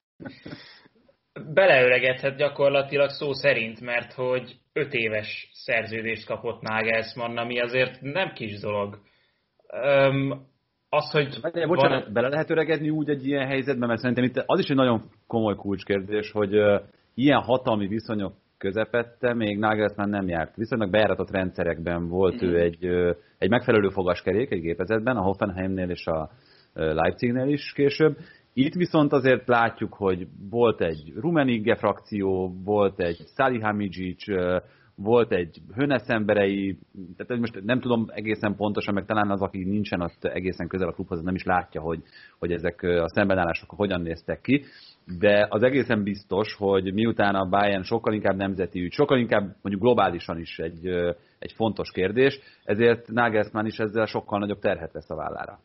Beleöregedhet gyakorlatilag szó szerint, mert hogy öt éves szerződést kapott Nagelsmann, ami azért nem kis dolog. Öm, az, hogy... Várjál, bocsánat, van... bele lehet öregedni úgy egy ilyen helyzetben, mert szerintem itt az is egy nagyon komoly kulcskérdés, hogy uh, ilyen hatalmi viszonyok közepette még Nagelsmann nem járt. Viszonylag bejáratott rendszerekben volt mm-hmm. ő egy, uh, egy megfelelő fogaskerék egy gépezetben, a Hoffenheimnél és a uh, Leipzignél is később. Itt viszont azért látjuk, hogy volt egy Rummenigge frakció, volt egy Salihamidzic, volt egy Hönes emberei, tehát most nem tudom egészen pontosan, meg talán az, aki nincsen ott egészen közel a klubhoz, nem is látja, hogy, hogy ezek a szembenállások hogyan néztek ki, de az egészen biztos, hogy miután a Bayern sokkal inkább nemzeti ügy, sokkal inkább mondjuk globálisan is egy, egy fontos kérdés, ezért Nagelsmann is ezzel sokkal nagyobb terhet vesz a vállára.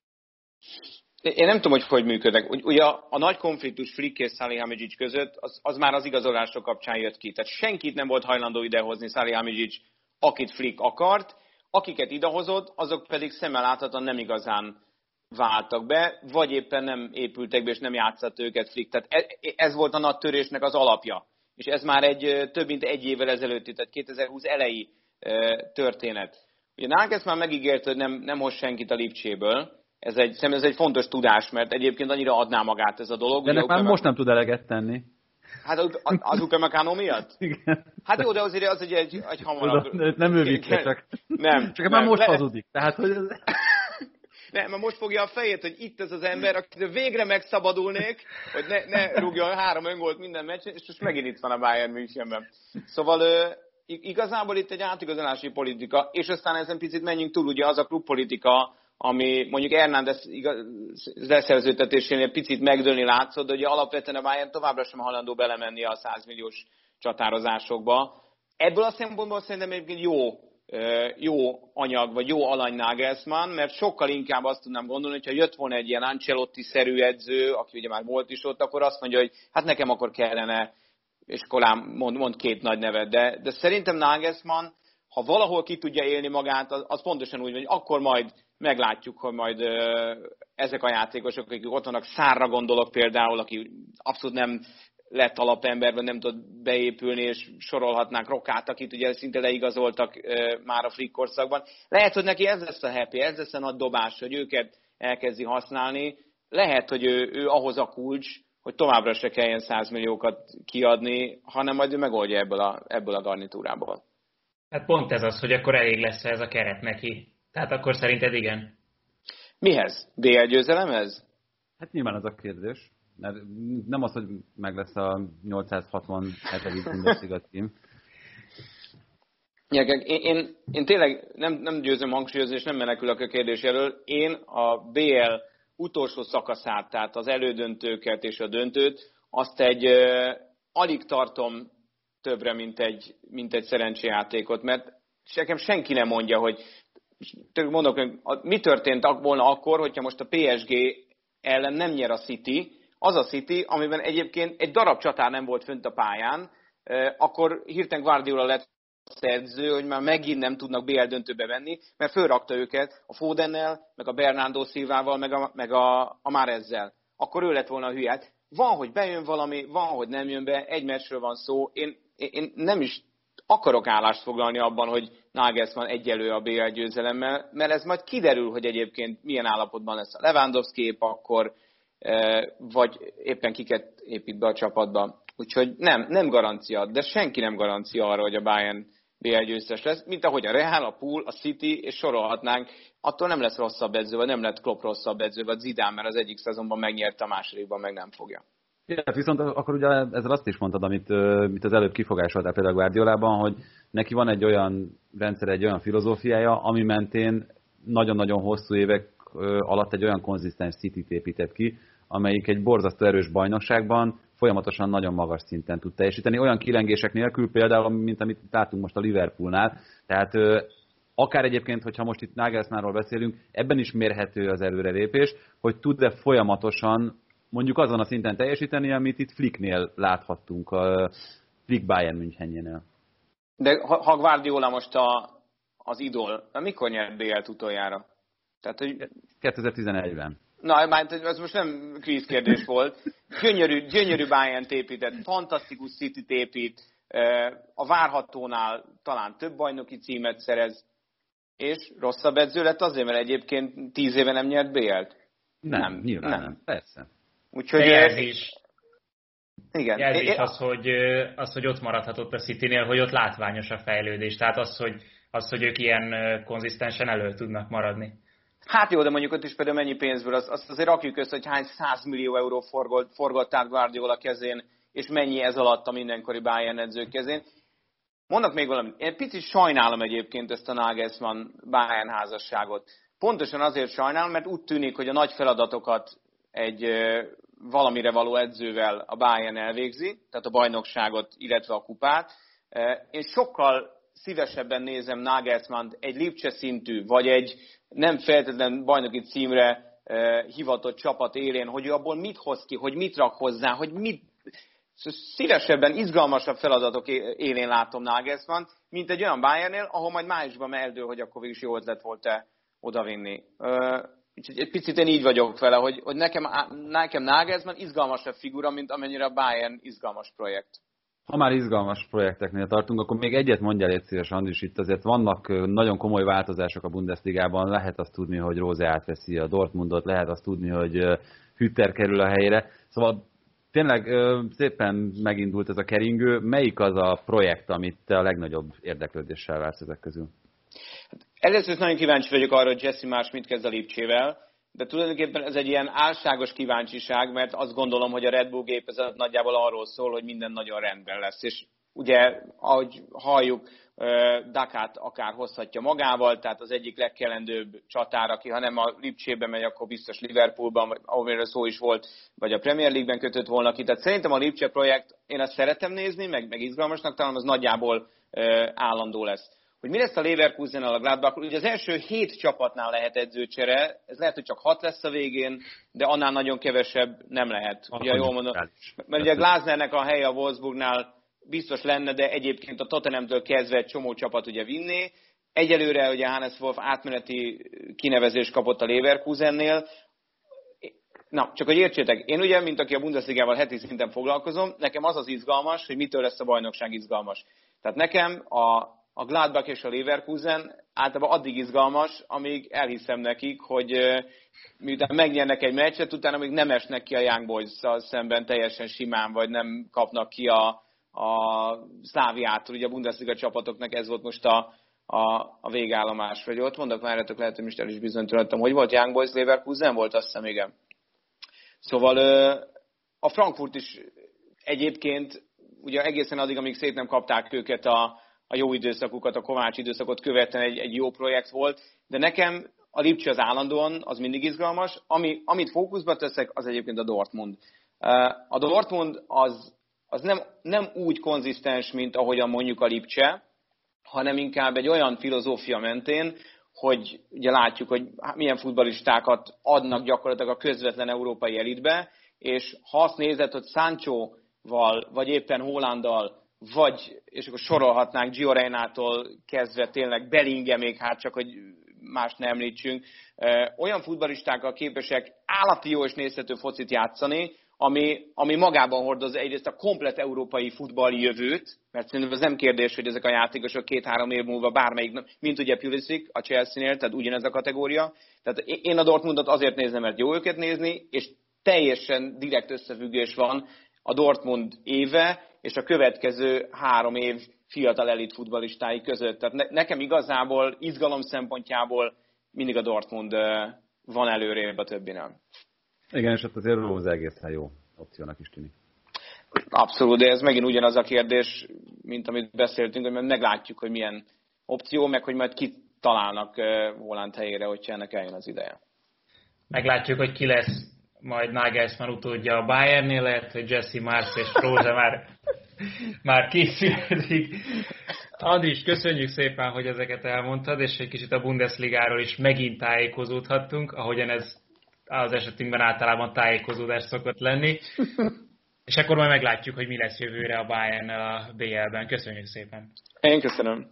Én nem tudom, hogy hogy működnek. Ugye a, a nagy konfliktus Flick és Salihamidzic között, az, az már az igazolások kapcsán jött ki. Tehát senkit nem volt hajlandó idehozni Salihamidzic, akit Flick akart, akiket idehozott, azok pedig szemmel láthatóan nem igazán váltak be, vagy éppen nem épültek be, és nem játszott őket Flick. Tehát ez volt a nagy törésnek az alapja. És ez már egy több mint egy évvel ezelőtti, tehát kétezer-húsz elejé történet. Ugye Nagelsmann megígért, hogy nem, nem hoz senkit a Lipcséből. Ez egy, ez egy fontos tudás, mert egyébként annyira adná magát ez a dolog. De ennek már most nem tud eleget tenni. Hát az Upamecano miatt? Igen. Hát jó, de azért az egy, egy, egy hamarabb... Nem ő vicce, csak, nem, csak nem, már most le... hazudik. Tehát, hogy ez... Nem, mert most fogja a fejét, hogy itt ez az ember, akitől végre megszabadulnék, hogy ne, ne rúgjon három öngolt minden meccsen, és most megint itt van a Bayern Münchenben. Szóval igazából itt egy átigazolási politika, és aztán ezen picit menjünk túl, ugye az a klubpolitika, ami mondjuk Hernández leszerződtetésénél picit megdőlni látszott, de ugye alapvetően a Bayern továbbra sem hajlandó belemenni a száz milliós csatározásokba. Ebből a szempontból szerintem egyébként jó, jó anyag, vagy jó alany Nagelsmann, mert sokkal inkább azt tudnám gondolni, hogyha jött volna egy ilyen Ancelotti-szerű edző, aki ugye már volt is ott, akkor azt mondja, hogy hát nekem akkor kellene, és Kolán mond, mond két nagy nevet, de, de szerintem Nagelsmann, ha valahol ki tudja élni magát, az, az pontosan úgy, hogy akkor majd meglátjuk, hogy majd ö, ezek a játékosok, akik ott vannak, Sarra gondolok például, aki abszolút nem lett alapemberben, nem tud beépülni, és sorolhatnánk Rokát, akit ugye szinte leigazoltak ö, már a Flick korszakban. Lehet, hogy neki ez lesz a happy, ez lesz a nagy dobás, hogy őket elkezdi használni. Lehet, hogy ő, ő ahhoz a kulcs, hogy továbbra se kelljen száz milliókat kiadni, hanem majd ő megoldja ebből a, ebből a garnitúrából. Hát pont ez az, hogy akkor elég lesz ez a keret neki. Tehát akkor szerinted igen? Mihez? bé el győzelemhez? Hát nyilván az a kérdés. Mert nem az, hogy meg lesz a nyolcszázhatvanhetedik Bundesliga cím. Én, én, én tényleg nem, nem győzöm hangsúlyozni, és nem menekülök a kérdés elől. Én a bé el utolsó szakaszát, tehát az elődöntőket és a döntőt, azt egy uh, alig tartom többre, mint egy, mint egy szerencséjátékot, mert nekem senki nem mondja, hogy mondok, hogy mi történt volna akkor, hogyha most a pé es gé ellen nem nyer a City, az a City, amiben egyébként egy darab csatár nem volt fönt a pályán, akkor hirtelen Guardiola lett szerző, hogy már megint nem tudnak bé el döntőbe venni, mert fölrakta őket a Fodennel, meg a Bernardo Silvával, meg a, meg a, a Marezzel. Akkor ő lett volna a hülye. Van, hogy bejön valami, van, hogy nem jön be, egy meccsről van szó. Én, én nem is akarok állást foglalni abban, hogy Nagelsmann egyelő a bé el győzelemmel, mert ez majd kiderül, hogy egyébként milyen állapotban lesz a Lewandowski épp akkor, vagy éppen kiket épít be a csapatba. Úgyhogy nem, nem garancia, de senki nem garancia arra, hogy a Bayern bé el győztes lesz, mint ahogy a Real, a Pool, a City, és sorolhatnánk, attól nem lesz rosszabb edző, vagy nem lett Klopp rosszabb edző, vagy Zidane, mert az egyik szezonban megnyerte, a másodikban meg nem fogja. Ja, viszont akkor ugye ezzel azt is mondtad, amit, amit az előbb kifogásoltál például Guardiolában, hogy neki van egy olyan rendszer, egy olyan filozófiája, ami mentén nagyon-nagyon hosszú évek alatt egy olyan konzisztens Cityt épített ki, amelyik egy borzasztó erős bajnokságban folyamatosan nagyon magas szinten tud teljesíteni, olyan kilengések nélkül például, mint amit látunk most a Liverpoolnál. Tehát akár egyébként, hogyha most itt Nagelsmannról beszélünk, ebben is mérhető az előrelépés, hogy tud-e folyamatosan mondjuk azon a szinten teljesíteni, amit itt Flicknél láthattunk, a Flick Bayern Münchenjénél. De ha Guardiola most a, az idol, mikor nyert bé el-t utoljára? Tehát, hogy... kétezer-tizenegyben. Na, már ez most nem kvízkérdés volt. Gyönyörű, gyönyörű Bayern-t épített, fantasztikus City-t épít, a várhatónál talán több bajnoki címet szerez, és rosszabb edző lett azért, mert egyébként tíz éve nem nyert bé el-t. Nem, nem, nyilván nem. nem. Persze. Úgyhogy jelzés. Igen. Jelzés az, hogy, az, hogy ott maradhatott a Citynél, hogy ott látványos a fejlődés. Tehát az, hogy, az, hogy ők ilyen konzisztensen elő tudnak maradni. Hát jó, de mondjuk ott is például mennyi pénzből, azt, azt azért rakjuk össze, hogy hány százmillió euró forgott, forgott át Guardiola kezén, és mennyi ez alatt a mindenkori Bayern edzők kezén. Mondok még valamit. Én picit sajnálom egyébként ezt a Nagelsmann Bayern házasságot. Pontosan azért sajnálom, mert úgy tűnik, hogy a nagy feladatokat egy valamire való edzővel a Bayern elvégzi, tehát a bajnokságot, illetve a kupát. Én sokkal szívesebben nézem Nagelsmannt egy Lipcse szintű, vagy egy nem feltétlenül bajnoki címre hivatott csapat élén, hogy ő abból mit hoz ki, hogy mit rak hozzá, hogy mit... Szívesebben, izgalmasabb feladatok élén látom Nagelsmannt, mint egy olyan Bayernnél, ahol majd májusban eldől, hogy akkor végül is jó ötlet volt-e odavinni. Úgyhogy egy picit én így vagyok vele, hogy, hogy nekem, nekem Nagelsmann izgalmasabb figura, mint amennyire a Bayern izgalmas projekt. Ha már izgalmas projekteknél tartunk, akkor még egyet mondjál, légy szíves, Andris, itt azért vannak nagyon komoly változások a Bundesligában, lehet azt tudni, hogy Rose átveszi a Dortmundot, lehet azt tudni, hogy Hütter kerül a helyére. Szóval tényleg szépen megindult ez a keringő. Melyik az a projekt, amit te a legnagyobb érdeklődéssel vársz ezek közül? Először nagyon kíváncsi vagyok arra, hogy Jesse Marsch mit kezd a Lipcsével, de tulajdonképpen ez egy ilyen álságos kíváncsiság, mert azt gondolom, hogy a Red Bull gépezet nagyjából arról szól, hogy minden nagyon rendben lesz. És ugye, ahogy halljuk, Dakát akár hozhatja magával, tehát az egyik legkelendőbb csatár, aki ha nem a Lipcsébe megy, akkor biztos Liverpoolban, ahol szó is volt, vagy a Premier League-ben kötött volna ki. Tehát szerintem a Lipcse projekt, én azt szeretem nézni, meg, meg izgalmasnak talán, az nagyjából állandó lesz. Hogy mi lesz a Leverkusennel, a Gladbach, ugye az első hét csapatnál lehet edzőcsere, ez lehet, hogy csak hat lesz a végén, de annál nagyon kevesebb nem lehet. Ugye, jól mondom, mert ugye a Glasnernek a helye a Wolfsburgnál biztos lenne, de egyébként a Tottenhamtől kezdve egy csomó csapat ugye vinné. Egyelőre ugye Hannes Wolf átmeneti kinevezést kapott a Leverkusennél. Na, csak hogy értsétek, én ugye, mint aki a Bundesligával heti szinten foglalkozom, nekem az az izgalmas, hogy mitől lesz a bajnokság izgalmas. Tehát nekem a A Gladbach és a Leverkusen általában addig izgalmas, amíg elhiszem nekik, hogy miután megnyernek egy meccset, utána még nem esnek ki a Young Boys-szal szemben teljesen simán, vagy nem kapnak ki a, a Szláviától. Ugye a Bundesliga csapatoknak ez volt most a, a, a végállomás. Vagy ott mondok már, lehet, hogy most el is bizonytalanodtam. Hogy volt Young Boys, Leverkusen volt? Azt hiszem, igen. Szóval a Frankfurt is egyébként, ugye egészen addig, amíg szét nem kapták őket a a jó időszakukat, a Kovács időszakot követően egy, egy jó projekt volt, de nekem a Lipcse az állandóan, az mindig izgalmas. Ami, amit fókuszba teszek, az egyébként a Dortmund. A Dortmund az, az nem, nem úgy konzisztens, mint ahogyan mondjuk a Lipcse, hanem inkább egy olyan filozófia mentén, hogy ugye látjuk, hogy milyen futballistákat adnak gyakorlatilag a közvetlen európai elitbe, és ha azt nézed, hogy Sanchoval, vagy éppen Haalanddal, vagy, és akkor sorolhatnánk Gio Reynától kezdve tényleg Bellingeméig, hát csak, hogy mást ne említsünk, olyan futballistákkal képesek állati jó és nézhető focit játszani, ami, ami magában hordoz egyrészt a komplet európai futballi jövőt, mert szerintem ez nem kérdés, hogy ezek a játékosok két-három év múlva bármelyik, mint ugye Pulisic a Chelsea-nél, tehát ugyanez a kategória. Tehát én a Dortmundot azért nézem, mert jó őket nézni, és teljesen direkt összefüggés van a Dortmund éve és a következő három év fiatal elit futballistái között. Tehát ne, nekem igazából izgalom szempontjából mindig a Dortmund van előrébb a többinél. Igen, és ott azért az egészen jó opciónak is tűnik. Abszolút, de ez megint ugyanaz a kérdés, mint amit beszéltünk, hogy meglátjuk, hogy milyen opció, meg hogy majd kit találnak Haaland helyére, hogyha ennek eljön az ideje. Meglátjuk, hogy ki lesz majd Nagelsmann utódja a Bayernnél, lehet, hogy Jesse Marsch és Rose már, már készülhetik. Andris, köszönjük szépen, hogy ezeket elmondtad, és egy kicsit a Bundesligáról is megint tájékozódhattunk, ahogyan ez az esetünkben általában tájékozódás szokott lenni. És akkor majd meglátjuk, hogy mi lesz jövőre a Bayernnel a bé el-ben. Köszönjük szépen! Én köszönöm!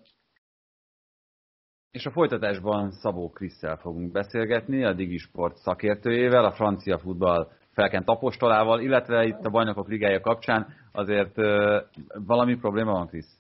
És a folytatásban Szabó Krisszel fogunk beszélgetni, a Digisport szakértőjével, a francia futball felkent apostolával, illetve itt a Bajnokok Ligája kapcsán azért uh, valami probléma van, Krisz?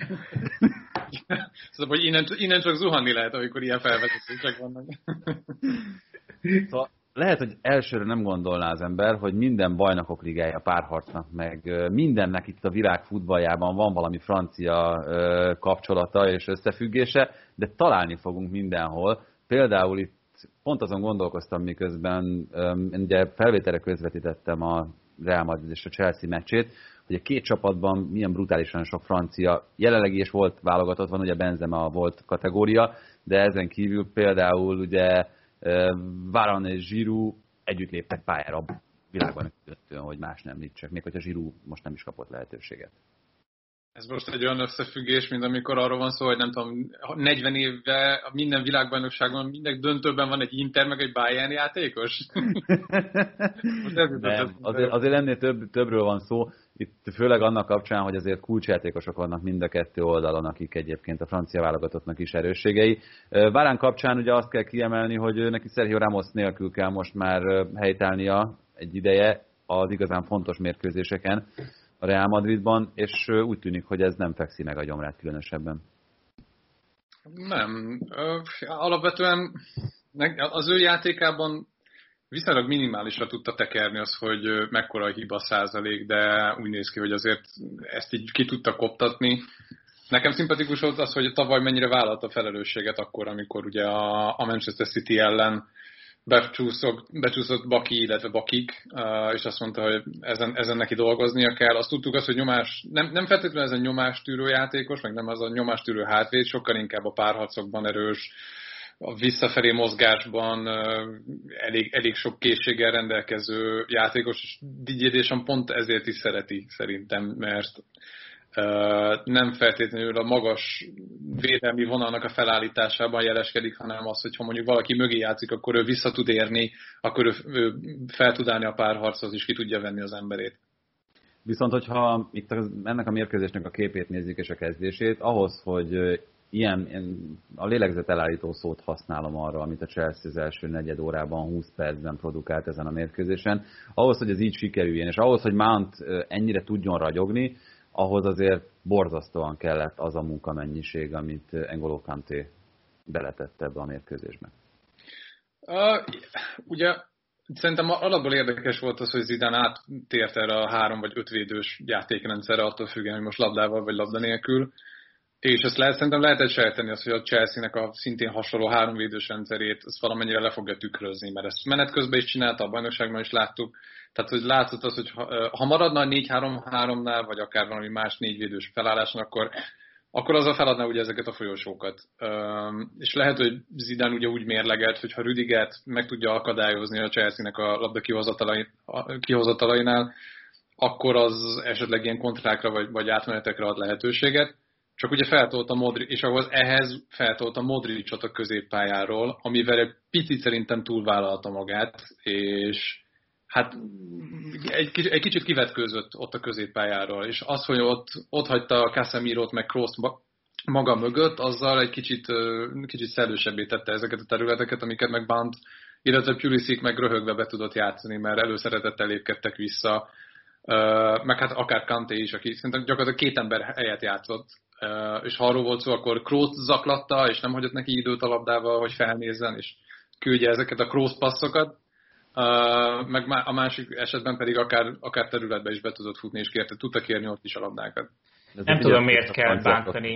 Szóval, hogy innen, innen csak zuhanni lehet, amikor ilyen felvezetések vannak. Szóval lehet, hogy elsőre nem gondolná az ember, hogy minden Bajnokok Ligája párharcnak, meg mindennek itt a világ futballjában van valami francia kapcsolata és összefüggése, de találni fogunk mindenhol. Például itt pont azon gondolkoztam, miközben ugye felvételre közvetítettem a Real Madrid és a Chelsea meccsét, hogy a két csapatban milyen brutálisan sok francia jelenlegi és volt válogatott, van ugye Benzema volt kategória, de ezen kívül például ugye Varane és Giroud együtt léptek pályára a világban, hogy más nem említsek, még hogyha Giroud most nem is kapott lehetőséget. Ez most egy olyan összefüggés, mint amikor arról van szó, hogy nem tudom, negyven éve minden világbajnokságban, minden döntőben van egy Inter, meg egy Bayern játékos. Most ez nem, azért, azért ennél több, többről van szó, itt főleg annak kapcsán, hogy azért kulcsjátékosok vannak mind a kettő oldalon, akik egyébként a francia válogatottnak is erősségei. Varane kapcsán ugye azt kell kiemelni, hogy neki Sergio Ramos nélkül kell most már helytállnia egy ideje az igazán fontos mérkőzéseken a Real Madridban, és úgy tűnik, hogy ez nem fekszi meg a gyomrát különösebben. Nem. Alapvetően az ő játékában viszonylag minimálisra tudta tekerni az, hogy mekkora a hiba százalék, de úgy néz ki, hogy azért ezt így ki tudta koptatni. Nekem szimpatikus volt az, hogy tavaly mennyire vállalta a felelősséget akkor, amikor ugye a, a Manchester City ellen becsúszott, becsúszott Baki, illetve Bakik, és azt mondta, hogy ezen, ezen neki dolgoznia kell. Azt tudtuk azt, hogy nyomás, nem, nem feltétlenül ez a nyomástűrő játékos, meg nem az a nyomástűrő hátvéd, sokkal inkább a párharcokban erős, a visszafelé mozgásban elég, elég sok készséggel rendelkező játékos, és Didier Deschamps pont ezért is szereti szerintem, mert nem feltétlenül a magas védelmi vonalnak a felállításában jeleskedik, hanem az, hogy ha mondjuk valaki mögé játszik, akkor ő vissza tud érni, akkor ő, ő fel tud állni a párharchoz, és ki tudja venni az emberét. Viszont, hogyha itt ennek a mérkőzésnek a képét nézzük és a kezdését, ahhoz, hogy ilyen, a lélegzetelállító szót használom arra, amit a Chelsea az első negyed órában, húsz percben produkált ezen a mérkőzésen, ahhoz, hogy ez így sikerüljön, és ahhoz, hogy Mount ennyire tudjon ragyogni, ahhoz azért borzasztóan kellett az a munkamennyiség, amit N'Golo Kanté beletett ebbe a mérkőzésbe. Uh, ugye szerintem alapból érdekes volt az, hogy Zidane áttért erre a három vagy öt védős játékrendszerre, attól függően, hogy most labdával vagy labda nélkül. És ezt lehet, szerintem lehetett sejteni azt, hogy a Chelsea-nek a szintén hasonló háromvédős rendszerét ezt valamennyire le fogja tükrözni, mert ezt menet közben is csinálta, a bajnokságban is láttuk. Tehát, hogy látszott az, hogy ha, ha maradna a négy három háromnál, vagy akár valami más négyvédős felálláson, akkor, akkor azzal feladná ugye ezeket a folyosókat. Üm, és lehet, hogy Zidane ugye úgy mérlegelt, hogy ha Rüdigert meg tudja akadályozni a Chelsea-nek a labda kihozatalainál, akkor az esetleg ilyen kontrákra vagy, vagy átmenetekre ad lehetőséget. Csak ugye feltolta Modric, és ahhoz ehhez feltolta Modricot a középpályáról, amivel egy picit szerintem túlvállalta magát, és hát egy, egy kicsit kivetkőzött ott a középpályáról, és az, hogy ott, ott hagyta Casemirot meg Krooszt maga mögött, azzal egy kicsit, kicsit szellősebbé tette ezeket a területeket, amiket meg Bant, illetve Pulisic meg röhögve be tudott játszani, mert előszeretettel lépkedtek vissza, meg hát akár Kanté is, aki szerintem gyakorlatilag két ember helyet játszott, és ha arról volt szó, akkor Krooszt zaklatta, és nem hagyott neki időt a labdával, hogy felnézzen, és küldje ezeket a Kroos passzokat. Uh, meg a másik esetben pedig akár, akár területbe is be tudott futni, és kérte, tudta kérni ott is a labdákat. Ez nem tudom, miért kell bántani.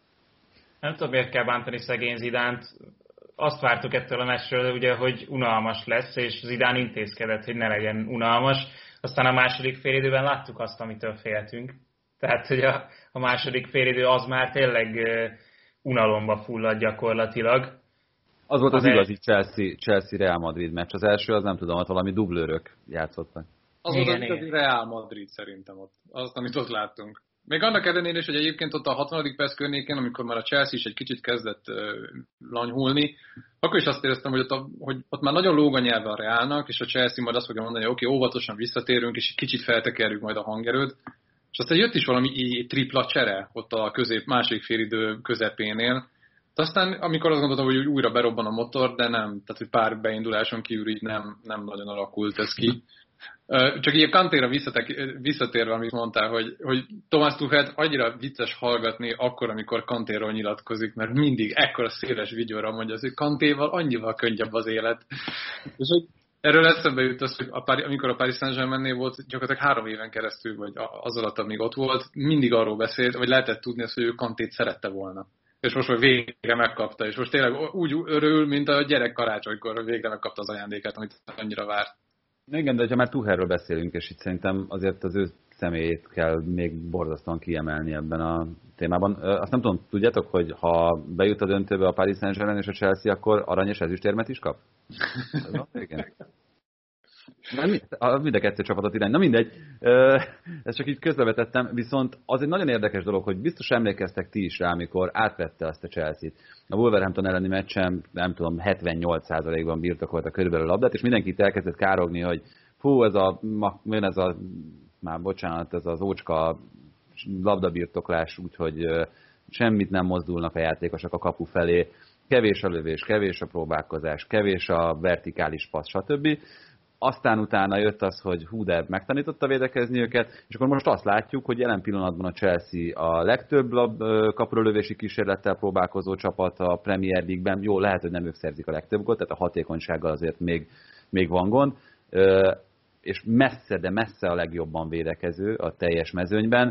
Nem tudom, miért kell bántani szegény Zidánt. Azt vártuk ettől a meccsről, ugye, hogy unalmas lesz, és Zidane intézkedett, hogy ne legyen unalmas. Aztán a második félidőben láttuk azt, amitől féltünk. Tehát, hogy a, a második félidő az már tényleg uh, unalomba fullad gyakorlatilag. Az volt az, az igazi Chelsea, Chelsea Real Madrid meccs. Az első, az nem tudom, hogy valami dublőrök játszottak. Az igen, volt az igazi Real Madrid szerintem ott. Azt, amit ott láttunk. Még annak ellenére is, hogy egyébként ott a hatvanadik perc környékén, amikor már a Chelsea is egy kicsit kezdett uh, lanyhulni, akkor is azt éreztem, hogy ott, a, hogy ott már nagyon lóg a nyelve a Realnak, és a Chelsea majd azt fogja mondani, hogy oké, okay, óvatosan visszatérünk, és egy kicsit feltekerjük majd a hangerőt. És aztán jött is valami tripla csere ott a közép, másik félidő közepénél. De aztán, amikor azt gondoltam, hogy újra berobban a motor, de nem, tehát hogy pár beinduláson kívül így nem, nem nagyon alakult ez ki. Csak így a Kantéra visszatérve, amit mondtál, hogy, hogy Thomas Tuchelt annyira vicces hallgatni akkor, amikor Kantéról nyilatkozik, mert mindig ekkora széles vigyorra mondja, hogy Kantéval annyival könnyebb az élet. És hogy erről eszembe jut az, hogy a Paris, amikor a Paris Saint-Germainnél volt, gyakorlatilag három éven keresztül, vagy az alatt, amíg ott volt, mindig arról beszélt, vagy lehetett tudni azt, hogy ő Kantét szerette volna. És most már végre megkapta, és most tényleg úgy örül, mint a gyerek karácsonykor, hogy végre megkapta az ajándékát, amit annyira várt. Igen, de ha már Tuchelről beszélünk, és itt szerintem azért az ő személyét kell még borzasztóan kiemelni ebben a témában. Azt nem tudom, tudjátok, hogy ha bejut a döntőbe a Paris Saint-Germain és a Chelsea, akkor arany és ezüstérmet is kap? Igen. Mind a kettő csapatot irány. Na mindegy, ezt csak így közbevetettem, viszont az egy nagyon érdekes dolog, hogy biztos emlékeztek ti is rá, amikor átvette azt a Chelsea-t. A Wolverhampton elleni meccsen, nem tudom, hetvennyolc százalékban birtokolta körülbelül a labdát, és mindenkit elkezdett károgni, hogy fú, ez a, jön ez a, már bocsánat, ez az ócska labdabirtoklás, úgyhogy semmit nem mozdulnak a játékosok a kapu felé, kevés a lövés, kevés a próbálkozás, kevés a vertikális passz, stb. Aztán utána jött az, hogy hú, de megtanította védekezni őket, és akkor most azt látjuk, hogy jelen pillanatban a Chelsea a legtöbb kapuralövési kísérlettel próbálkozó csapat a Premier League-ben. Jó, lehet, hogy nem ők szerzik a legtöbb gólt, tehát a hatékonysággal azért még, még van gond, és messze, de messze a legjobban védekező a teljes mezőnyben.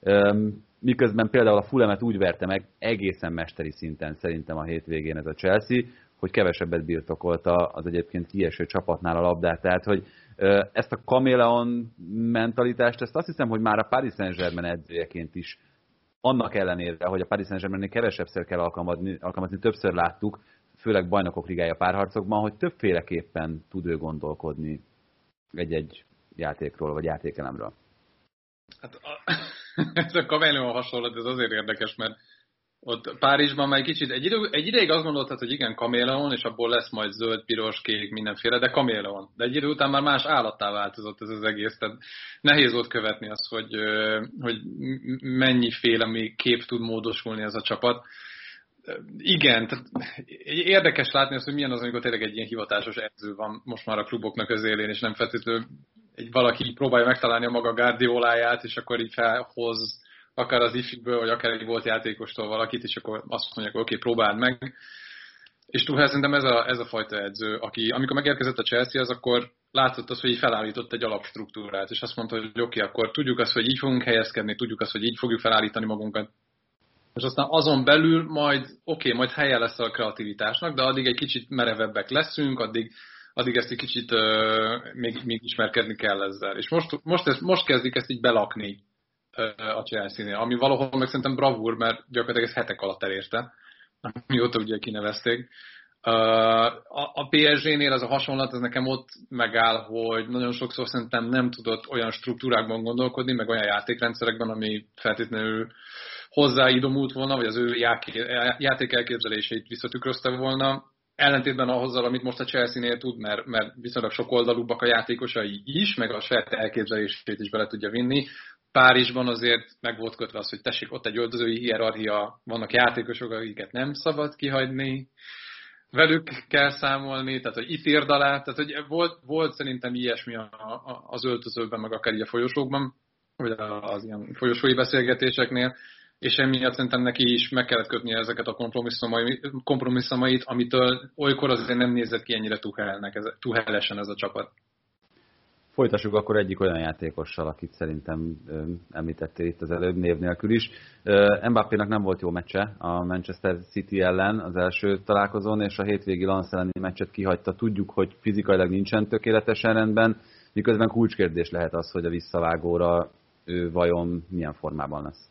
Miközben például a Fulhamet úgy verte meg egészen mesteri szinten szerintem a hétvégén ez a Chelsea, hogy kevesebbet birtokolta az egyébként kieső csapatnál a labdát. Tehát, hogy ezt a kaméleon mentalitást, ezt azt hiszem, hogy már a Paris Saint-Germain edzőjeként is, annak ellenére, hogy a Paris Saint-Germainnél kevesebbszer kell alkalmazni, alkalmazni, többször láttuk, főleg bajnokok ligája párharcokban, hogy többféleképpen tud ő gondolkodni egy-egy játékról, vagy játékelemről. Hát a, ez a kaméleon hasonlat, ez azért érdekes, mert ott Párizsban már egy kicsit, egy, idő, egy ideig azt gondoltad, hogy igen, kaméleon, és abból lesz majd zöld, piros, kék, mindenféle, de kaméleon. De egy idő után már más állattá változott ez az egész, tehát nehéz volt követni azt, hogy, hogy mennyiféle még kép tud módosulni ez a csapat. Igen, tehát érdekes látni azt, hogy milyen az, amikor tényleg egy ilyen hivatásos edző van most már a kluboknak az élén, és nem feltétlenül egy valaki próbálja megtalálni a maga Guardioláját, és akkor így felhoz akár az ifiből, vagy akár egy volt játékostól valakit, és akkor azt mondják, oké, okay, próbáld meg. És Tuchel szerintem ez a, ez a fajta edző, aki amikor megérkezett a Chelsea, az akkor látszott az, hogy így felállított egy alapstruktúrát, és azt mondta, hogy oké, okay, akkor tudjuk azt, hogy így fogunk helyezkedni, tudjuk azt, hogy így fogjuk felállítani magunkat. És aztán azon belül majd, oké, okay, majd helye lesz a kreativitásnak, de addig egy kicsit merevebbek leszünk, addig, addig ezt egy kicsit uh, még, még ismerkedni kell ezzel. És most, most, ezt, most kezdik ezt így belakni a Chelsea-nél, ami valahol meg szerintem bravúr, mert gyakorlatilag ez hetek alatt elérte, mióta ugye kinevezték. A pé es gé-nél az a hasonlat, ez nekem ott megáll, hogy nagyon sokszor szerintem nem tudott olyan struktúrákban gondolkodni, meg olyan játékrendszerekben, ami feltétlenül hozzáidomult volna, vagy az ő játék elképzeléseit visszatükrözte volna. Ellentétben ahhozzal, amit most a Chelsea-nél tud, mert, mert viszonylag sok oldalúbbak a játékosai is, meg a saját elképzelését is bele tudja vinni. Párizsban azért meg volt kötve az, hogy tessék, ott egy öltözői hierarchia, vannak játékosok, akiket nem szabad kihagyni, velük kell számolni, tehát hogy itt érd alá, tehát hogy volt, volt szerintem ilyesmi a, a, az öltözőben, meg akár így a folyosókban, vagy az ilyen folyosói beszélgetéseknél, és emiatt szerintem neki is meg kellett kötnie ezeket a kompromisszumait, amitől olykor azért nem nézett ki ennyire Tuchelnek, ez, Tuchelesen ez a csapat. Folytassuk akkor egyik olyan játékossal, akit szerintem említettél itt az előbb, név nélkül is. Mbappénak nem volt jó meccse a Manchester City ellen az első találkozón, és a hétvégi Lens elleni meccset kihagyta. Tudjuk, hogy fizikailag nincsen tökéletesen rendben, miközben kulcskérdés lehet az, hogy a visszavágóra ő vajon milyen formában lesz.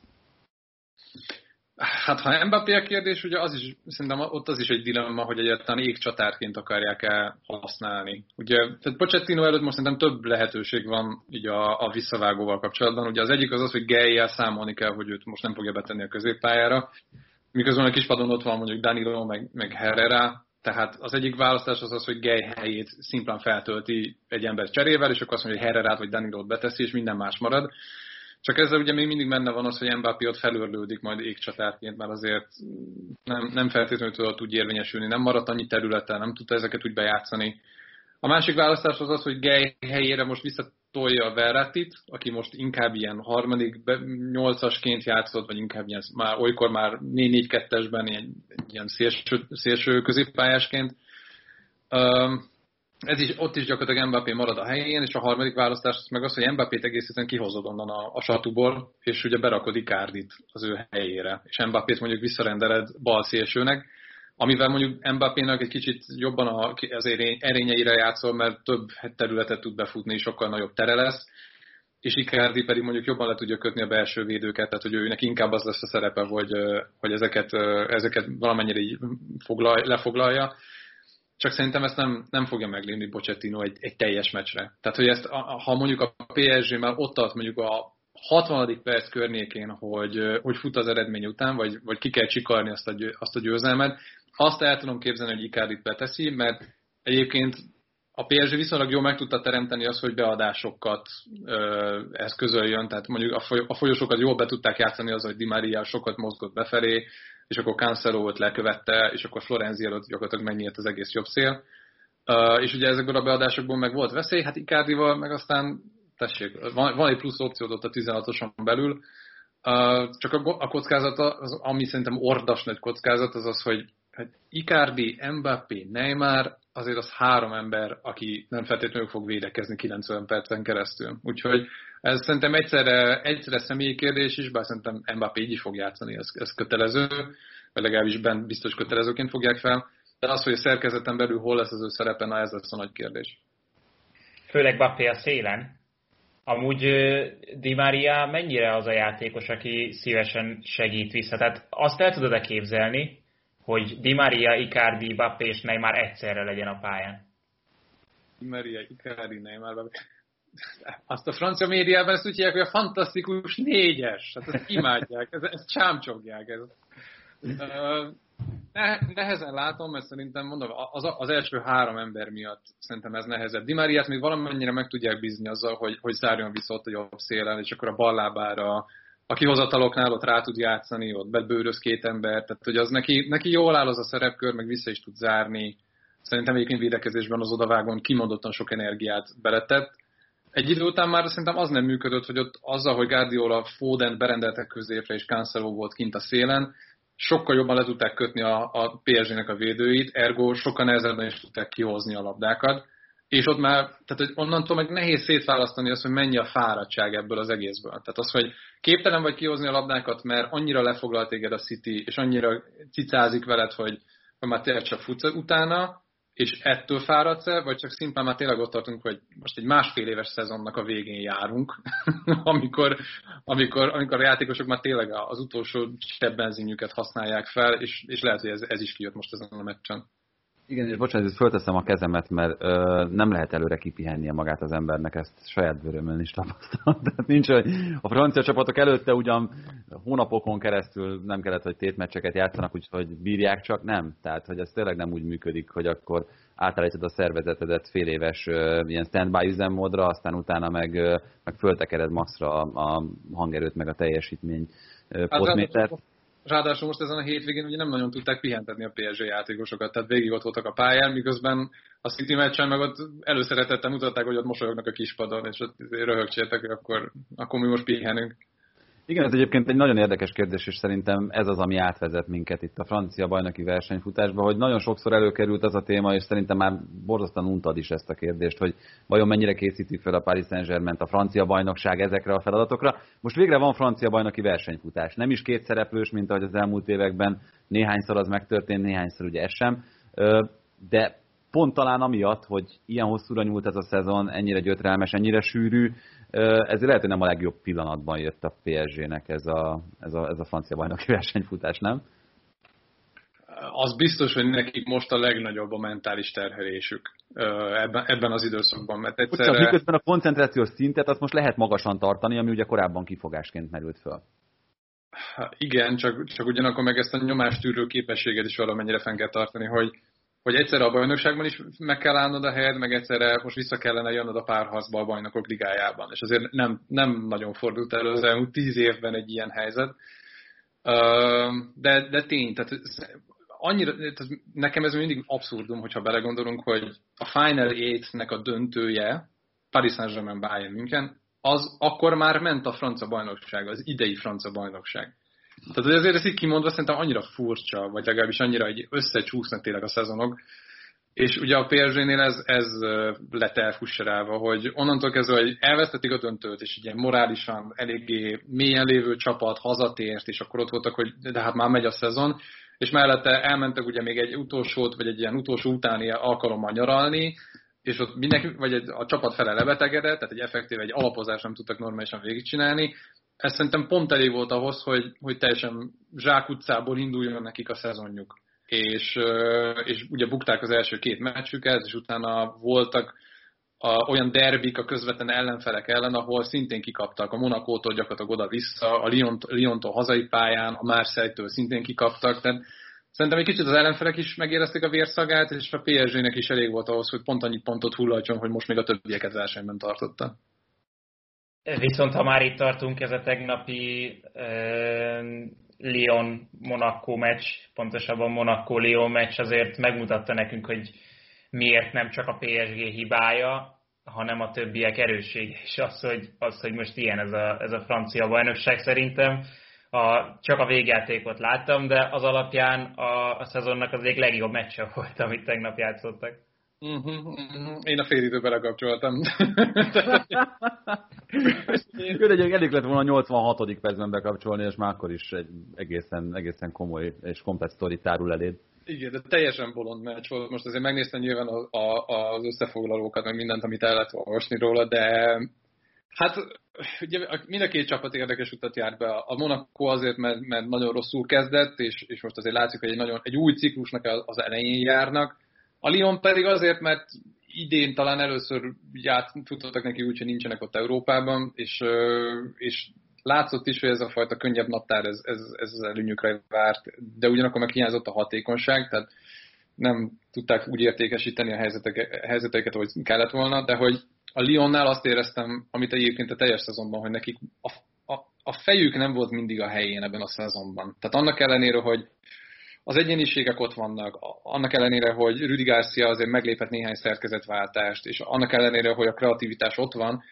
Hát ha Mbappé a kérdés, ugye az is, szerintem ott az is egy dilemma, hogy egyáltalán égcsatárként akarják-e használni. Ugye, tehát Pochettino előtt most szerintem több lehetőség van így a, a visszavágóval kapcsolatban. Ugye az egyik az az, hogy Gay-jel számolni kell, hogy őt most nem fogja betenni a középpályára, miközben a kispadon ott van mondjuk Danilo meg, meg Herrera, tehát az egyik választás az az, hogy Gay helyét szimplán feltölti egy ember cserével, és akkor azt mondja, hogy Herrerát vagy Danilót beteszi, és minden más marad. Csak ezzel ugye még mindig benne van az, hogy Mbappé ott felőrlődik majd égcsatárként, mert azért nem, nem feltétlenül tudott úgy érvényesülni, nem maradt annyi területen, nem tudta ezeket úgy bejátszani. A másik választás az az, hogy Gay helyére most visszatolja a Verrattit, aki most inkább ilyen harmadik, nyolcasként játszott, vagy inkább ilyen, már olykor már négy négy kettesben, ilyen, ilyen szélső, szélső középpályásként. Um, Ez is, ott is gyakorlatilag Mbappé marad a helyén, és a harmadik választás az meg az, hogy Mbappét egész egyszerűen kihozod onnan a, a satuból, és ugye berakod Icardit az ő helyére, és Mbappét mondjuk visszarendeled bal szélsőnek, amivel mondjuk Mbappénak egy kicsit jobban a, az erényeire játszol, mert több területet tud befutni, és sokkal nagyobb tere lesz, és Icardi pedig mondjuk jobban le tudja kötni a belső védőket, tehát hogy őnek inkább az lesz a szerepe, hogy, hogy ezeket, ezeket valamennyire így foglal, lefoglalja. Csak szerintem ezt nem, nem fogja meglépni Pochettino egy, egy teljes meccsre. Tehát, hogy ezt, ha mondjuk a pé es gé már ott tart mondjuk a hatvanadik perc környékén, hogy, hogy fut az eredmény után, vagy, vagy ki kell csikarni azt a, azt a győzelmet, azt el tudom képzelni, hogy Icardit beteszi, mert egyébként a pé es gé viszonylag jól meg tudta teremteni azt, hogy beadásokat ö, eszközöljön, tehát mondjuk a, foly, a folyosókat jól be tudták játszani az, hogy Di Maria sokat mozgott befelé, és akkor Cancelo-t lekövette, és akkor Florenzi előtt gyakorlatilag megnyílt az egész jobb szél. Uh, és ugye ezekből a beadásokból meg volt veszély, hát Icardival meg aztán, tessék, van, van egy plusz opciód ott a tizenhatoson belül, uh, csak a, a kockázata, az, ami szerintem ordas nagy kockázat, az az, hogy Hát Icardi, Mbappé, Neymar, azért az három ember, aki nem feltétlenül fog védekezni kilencven percen keresztül. Úgyhogy ez szerintem egyszerre, egyszerre személyi kérdés is, bár szerintem Mbappé így is fog játszani, ez, ez kötelező, vagy legalábbis bent biztos kötelezőként fogják fel. De az, hogy a szerkezeten belül hol lesz az ő szerepe, na ez lesz a nagy kérdés. Főleg Mbappé a szélen. Amúgy Di Maria mennyire az a játékos, aki szívesen segít vissza? Tehát azt el tudod-e képzelni, hogy Di Maria, Icardi, Mbappé és Neymar egyszerre legyen a pályán? Di Maria, Icardi, Neymar, Mbappé. Azt a francia médiában ezt úgy hívják, hogy a fantasztikus négyes. Hát ezt imádják, ezt, ezt csámcsogják. Ez. Ne, nehezen látom, mert szerintem mondom, az, az első három ember miatt szerintem ez nehezebb. Di Mariát még valamennyire meg tudják bízni azzal, hogy, hogy zárjon vissza ott a jobb szélen, és akkor a ballábára a kihozataloknál ott rá tud játszani, ott bebőröz két ember, tehát hogy az neki, neki jól áll az a szerepkör, meg vissza is tud zárni. Szerintem egyébként védekezésben az odavágon kimondottan sok energiát beletett. Egy idő után már szerintem az nem működött, hogy ott azzal, hogy Guardiola Foden berendeltek középre, és Cancelo volt kint a szélen, sokkal jobban le tudták kötni a, a pé es gé-nek a védőit, ergo sokkal nehezebben is tudták kihozni a labdákat, és ott már, tehát hogy onnantól meg nehéz szétválasztani azt, hogy mennyi a fáradtság ebből az egészből. Tehát az, hogy képtelen vagy kihozni a labdákat, mert annyira lefoglalt téged a City, és annyira cicázik veled, hogy, hogy már tényleg csak futsz utána, és ettől fáradsz-e, vagy csak szimplán már tényleg ott tartunk, hogy most egy másfél éves szezonnak a végén járunk, amikor, amikor, amikor a játékosok már tényleg az utolsó csepp benzinjüket használják fel, és, és lehet, hogy ez, ez is kijött most ezen a meccsen. Igen, és bocsánat, hogy fölteszem a kezemet, mert ö, nem lehet előre kipihennie magát az embernek, ezt saját bőrömön is tapasztaltam. Tehát nincs, hogy a francia csapatok előtte ugyan hónapokon keresztül nem kellett, hogy tétmeccseket játszanak, úgyhogy bírják, csak nem. Tehát, hogy ez tényleg nem úgy működik, hogy akkor átállítod a szervezetedet fél éves ö, ilyen stand-by üzemmódra, aztán utána meg, ö, meg föltekered maxra a, a hangerőt, meg a teljesítmény ö, posztmétert. Ráadásul most ezen a hétvégén ugye nem nagyon tudták pihentetni a pé es gé játékosokat, tehát végig ott voltak a pályán, miközben a City meccsen meg ott előszeretettel mutatták, hogy ott mosolyognak a kispadon, és ott röhögcséltek, hogy akkor, akkor mi most pihenünk. Igen, ez egyébként egy nagyon érdekes kérdés, és szerintem ez az, ami átvezet minket itt a francia bajnoki versenyfutásba, hogy nagyon sokszor előkerült az a téma, és szerintem már borzasztóan untad is ezt a kérdést, hogy vajon mennyire készíti fel a Paris Saint-Germaint a francia bajnokság ezekre a feladatokra. Most végre van francia bajnoki versenyfutás. Nem is két szereplős, mint ahogy az elmúlt években néhányszor az megtörtént, néhányszor ugye ez sem. De pont talán amiatt, hogy ilyen hosszúra nyúlt ez a szezon, ennyire gyötrelmes, ennyire sűrű, ezért lehet, hogy nem a legjobb pillanatban jött a pé es gének ez a, ez a, ez a francia bajnoki versenyfutás, nem? Az biztos, hogy nekik most a legnagyobb a mentális terhelésük ebben, ebben az időszakban. Mert egyszerre... Csak miközben a koncentrációs szintet azt most lehet magasan tartani, ami ugye korábban kifogásként merült föl. Igen, csak, csak ugyanakkor meg ezt a nyomástűrő képességet is valamennyire fenn kell tartani, hogy hogy egyszerre a bajnokságban is meg kell állnod a helyed, meg egyszerre most vissza kellene jönnöd a párharcba a bajnokok ligájában. És azért nem, nem nagyon fordult elő az elmúlt tíz évben egy ilyen helyzet. De, de tény, tehát annyira, tehát nekem ez mindig abszurdum, hogyha belegondolunk, hogy a Final Eight-nek a döntője, Paris Saint-Germain Bayern München, az akkor már ment a francia bajnokság, az idei francia bajnokság. Tehát azért ezt így kimondva szerintem annyira furcsa, vagy legalábbis annyira egy összecsúsznak tényleg a szezonok. És ugye a pé es génél ez, ez lett elfusserálva, hogy onnantól kezdve, hogy elvesztették a döntőt, és ugye morálisan eléggé mélyen lévő csapat hazatért, és akkor ott voltak, hogy de hát már megy a szezon, és mellette elmentek ugye még egy utolsót, vagy egy ilyen utolsó utáni alkalommal nyaralni, és ott mindenki, vagy egy, a csapat fele lebetegedett, tehát egy effektíve egy alapozást nem tudtak normálisan végigcsinálni. Ez szerintem pont elég volt ahhoz, hogy, hogy teljesen zsákutcából induljon nekik a szezonjuk. És, és ugye bukták az első két meccsüket, és utána voltak a, olyan derbik a közvetlen ellenfelek ellen, ahol szintén kikaptak. A Monacótól gyakorlatilag oda-vissza, a Lyon-tól, Lyon-tól hazai pályán, a Marseille-től szintén kikaptak. Tehát szerintem egy kicsit az ellenfelek is megérezték a vérszagát, és a pé es gének is elég volt ahhoz, hogy pont annyi pontot hullatjon, hogy most még a többieket versenyben tartotta. Viszont ha már itt tartunk, ez a tegnapi uh, Lyon-Monaco meccs, pontosabban Monaco-Lyon meccs azért megmutatta nekünk, hogy miért nem csak a pé es gé hibája, hanem a többiek erőssége, és az, hogy, az, hogy most ilyen ez a, ez a francia bajnokság szerintem. a, csak a végjátékot láttam, de az alapján a, a szezonnak az egyik legjobb meccse volt, amit tegnap játszottak. Uh-huh, uh-huh. Én a fél időben lekapcsoltam. Én elég lett volna a nyolcvanhatodik percben bekapcsolni, és már akkor is egy egészen, egészen komoly és komplex sztori tárul eléd. Igen, de teljesen bolond meccs volt. Most azért megnéztem nyilván a, a, az összefoglalókat, meg mindent, amit el lehet olvasni róla, de hát ugye mind a két csapat érdekes utat járt be. A Monaco azért, mert, mert nagyon rosszul kezdett, és, és most azért látszik, hogy egy, nagyon, egy új ciklusnak az elején járnak. A Lyon pedig azért, mert idén talán először ját, futottak neki úgy, hogy nincsenek ott Európában, és, és látszott is, hogy ez a fajta könnyebb naptár, ez, ez, ez az előnyükre várt, de ugyanakkor meg hiányzott a hatékonyság, tehát nem tudták úgy értékesíteni a helyzeteket, helyzeteket, ahogy kellett volna, de hogy a Lyonnál azt éreztem, amit egyébként a teljes szezonban, hogy nekik a, a, a fejük nem volt mindig a helyén ebben a szezonban. Tehát annak ellenére, hogy az egyéniségek ott vannak, annak ellenére, hogy Rudi Garcia azért meglépett néhány szerkezetváltást, és annak ellenére, hogy a kreativitás ott van,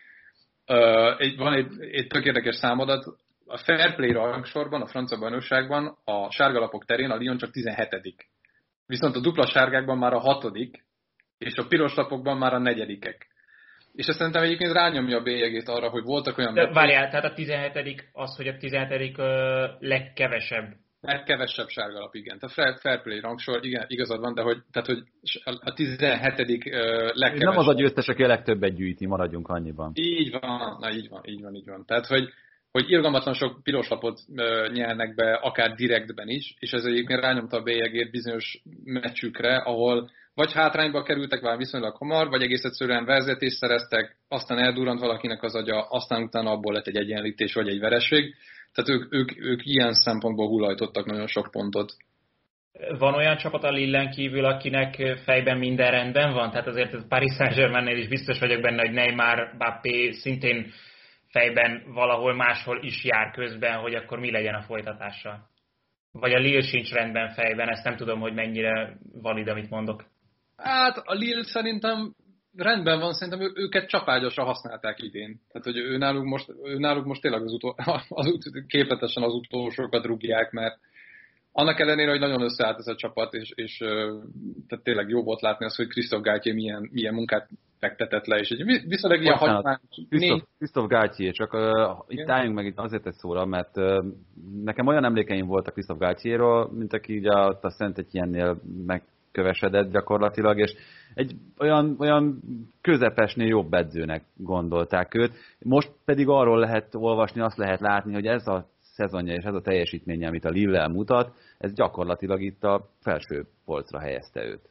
egy, van egy, egy tök érdekes számadat, a fair play rangsorban, a francia bajnokságban a sárgalapok terén a Lyon csak tizenhetedik. Viszont a dupla sárgákban már a hatodik, és a piros lapokban már a negyedikek. És ezt szerintem egyébként rányomja a bélyegét arra, hogy voltak olyan... De várjál, tehát a tizenhetedik az, hogy a tizenhetedik ö, legkevesebb. Legkevesebb sárgalap, igen. Tehát fair play rangsor, igen, igazad van, de hogy, tehát, hogy a tizenhetedik uh, legkevesebb. Nem az a győztes, aki a legtöbbet gyűjti, maradjunk annyiban. Így van, na így van, így van, így van. Tehát, hogy, hogy irgalmatlan sok piros lapot uh, nyelnek be, akár direktben is, és ez egyébként rányomta a bélyegét bizonyos meccsükre, ahol vagy hátrányba kerültek már viszonylag hamar, vagy egész egyszerűen vezetést szereztek, aztán eldurrant valakinek az agya, aztán utána abból lett egy egyenlítés, vagy egy vereség. Tehát ők, ők, ők ilyen szempontból hullajtottak nagyon sok pontot. Van olyan csapat a Lillen kívül, akinek fejben minden rendben van? Tehát azért a Paris Saint-Germainnél is biztos vagyok benne, hogy Neymar, Mbappé szintén fejben valahol máshol is jár közben, hogy akkor mi legyen a folytatással. Vagy a Lille sincs rendben fejben, ezt nem tudom, hogy mennyire valid, amit mondok. Hát a Lille szerintem rendben van, szerintem ő, őket csapágyasra használták idén. Tehát, hogy ő náluk most, ő náluk most tényleg az, utol, az képletesen az utolsókat rúgják, mert annak ellenére, hogy nagyon összeállt ez a csapat, és, és tehát tényleg jó volt látni azt, hogy Christophe Galtier milyen, milyen munkát fektetett le, és egy viszonylag ilyen hagyományos... Christophe, Christophe Galtier, csak uh, itt álljunk meg itt azért egy szóra, mert uh, nekem olyan emlékeim voltak Christophe Galtierról, mint aki így a, a Saint-Étienne-nél megkövesedett gyakorlatilag, és egy olyan, olyan közepesnél jobb edzőnek gondolták őt. Most pedig arról lehet olvasni, azt lehet látni, hogy ez a szezonja és ez a teljesítménye, amit a Lille mutat, ez gyakorlatilag itt a felső polcra helyezte őt.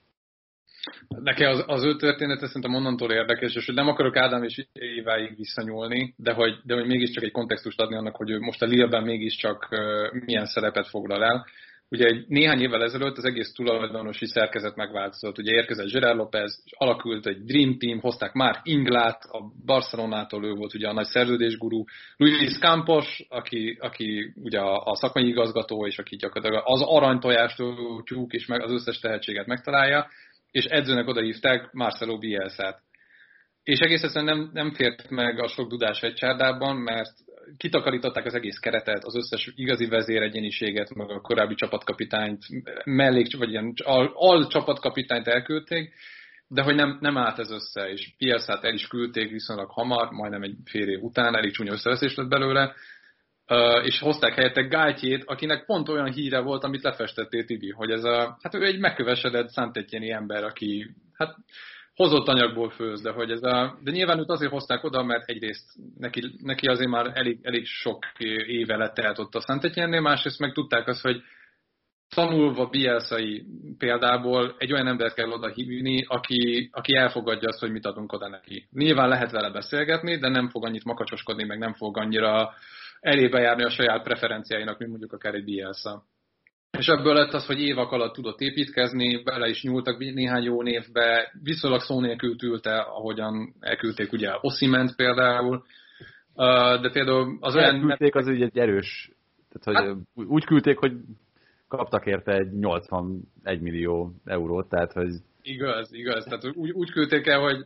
Nekem az, az ő története szerintem onnantól érdekes, és hogy nem akarok Ádám és Éváig visszanyúlni, de hogy, de hogy mégiscsak egy kontextust adni annak, hogy ő most a Lille-ben mégiscsak uh, milyen szerepet foglal el. Ugye egy néhány évvel ezelőtt az egész tulajdonosi szerkezet megváltozott. Ugye érkezett Gerard López, és alakult egy Dream Team, hozták Marc Inglát, a Barcelonától ő volt ugye a nagy szerződésgurú, Luis Campos, aki, aki ugye a, a szakmai igazgató, és aki gyakorlatilag az aranytojástól tyúk, és meg az összes tehetséget megtalálja, és edzőnek odahívták Marcelo Bielsát. És egész egyszerűen nem, nem fért meg a sok dudás egy csárdában, mert kitakarították az egész keretet, az összes igazi vezéregyéniséget, meg a korábbi csapatkapitányt, mellék, vagy ilyen al, al csapatkapitányt elküldték, de hogy nem, nem állt ez össze, és Bielsát el is küldték viszonylag hamar, majdnem egy fél év után, elég csúnya összeveszés lett belőle, és hozták helyette Galtiert, akinek pont olyan híre volt, amit lefestettél, Tibi, hogy ez a, hát ő egy megkövesedett Saint-Étienne-i ember, aki hát hozott anyagból főz, de hogy ez a, de nyilván őt azért hozták oda, mert egyrészt neki, neki azért már elég, elég sok éve lett telt ott a Saint-Étienne-nél, másrészt meg tudták azt, hogy tanulva Bielsai példából egy olyan embert kell oda hívni, aki, aki elfogadja azt, hogy mit adunk oda neki. Nyilván lehet vele beszélgetni, de nem fog annyit makacsoskodni, meg nem fog annyira elébe járni a saját preferenciáinak, mint mondjuk akár egy Bielsa. És ebből lett az, hogy évek alatt tudott építkezni, bele is nyúltak néhány jó névbe, viszonylag szó nélkül ülte, ahogyan elküldték ugye Osimhent például, de például az olyan... Elküldték az ugye egy erős, tehát hogy hát, úgy küldték, hogy kaptak érte egy nyolcvanegy millió eurót, tehát hogy... Igaz, igaz, tehát úgy, úgy küldték el, hogy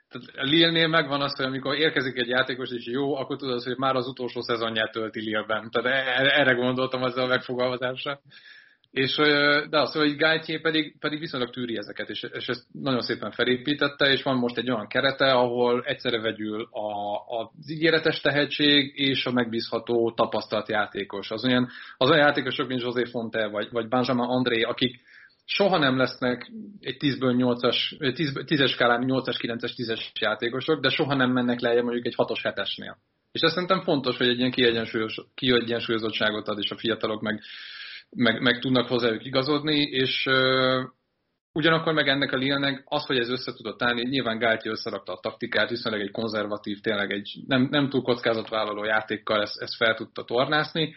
Tehát a Lille-nél megvan az, hogy amikor érkezik egy játékos és jó, akkor tudod, hogy már az utolsó szezonját tölti Lille-ben. Tehát erre gondoltam ezzel a megfogalmazásra. És, de az, hogy Galtier pedig, pedig viszonylag tűri ezeket, és, és ezt nagyon szépen felépítette, és van most egy olyan kerete, ahol egyszerre vegyül a, az ígéretes tehetség és a megbízható tapasztalt játékos. Az olyan, az olyan játékosok, mint José Fonte vagy, vagy Benjamin André, akik soha nem lesznek egy tízből nyolcas, tízes skálán nyolcas, kilences, tízes játékosok, de soha nem mennek lejjebb mondjuk egy hatos, hetesnél. És ez szerintem fontos, hogy egy ilyen kiegyensúlyos, kiegyensúlyozottságot ad, és a fiatalok meg Meg, meg tudnak hozzájuk igazodni, és uh, ugyanakkor meg ennek a Lille-nek az, hogy ez össze tudott állni, nyilván Galtier összerakta a taktikát, viszonylag egy konzervatív, tényleg egy nem, nem túl kockázatvállaló játékkal ezt, ezt fel tudta tornászni,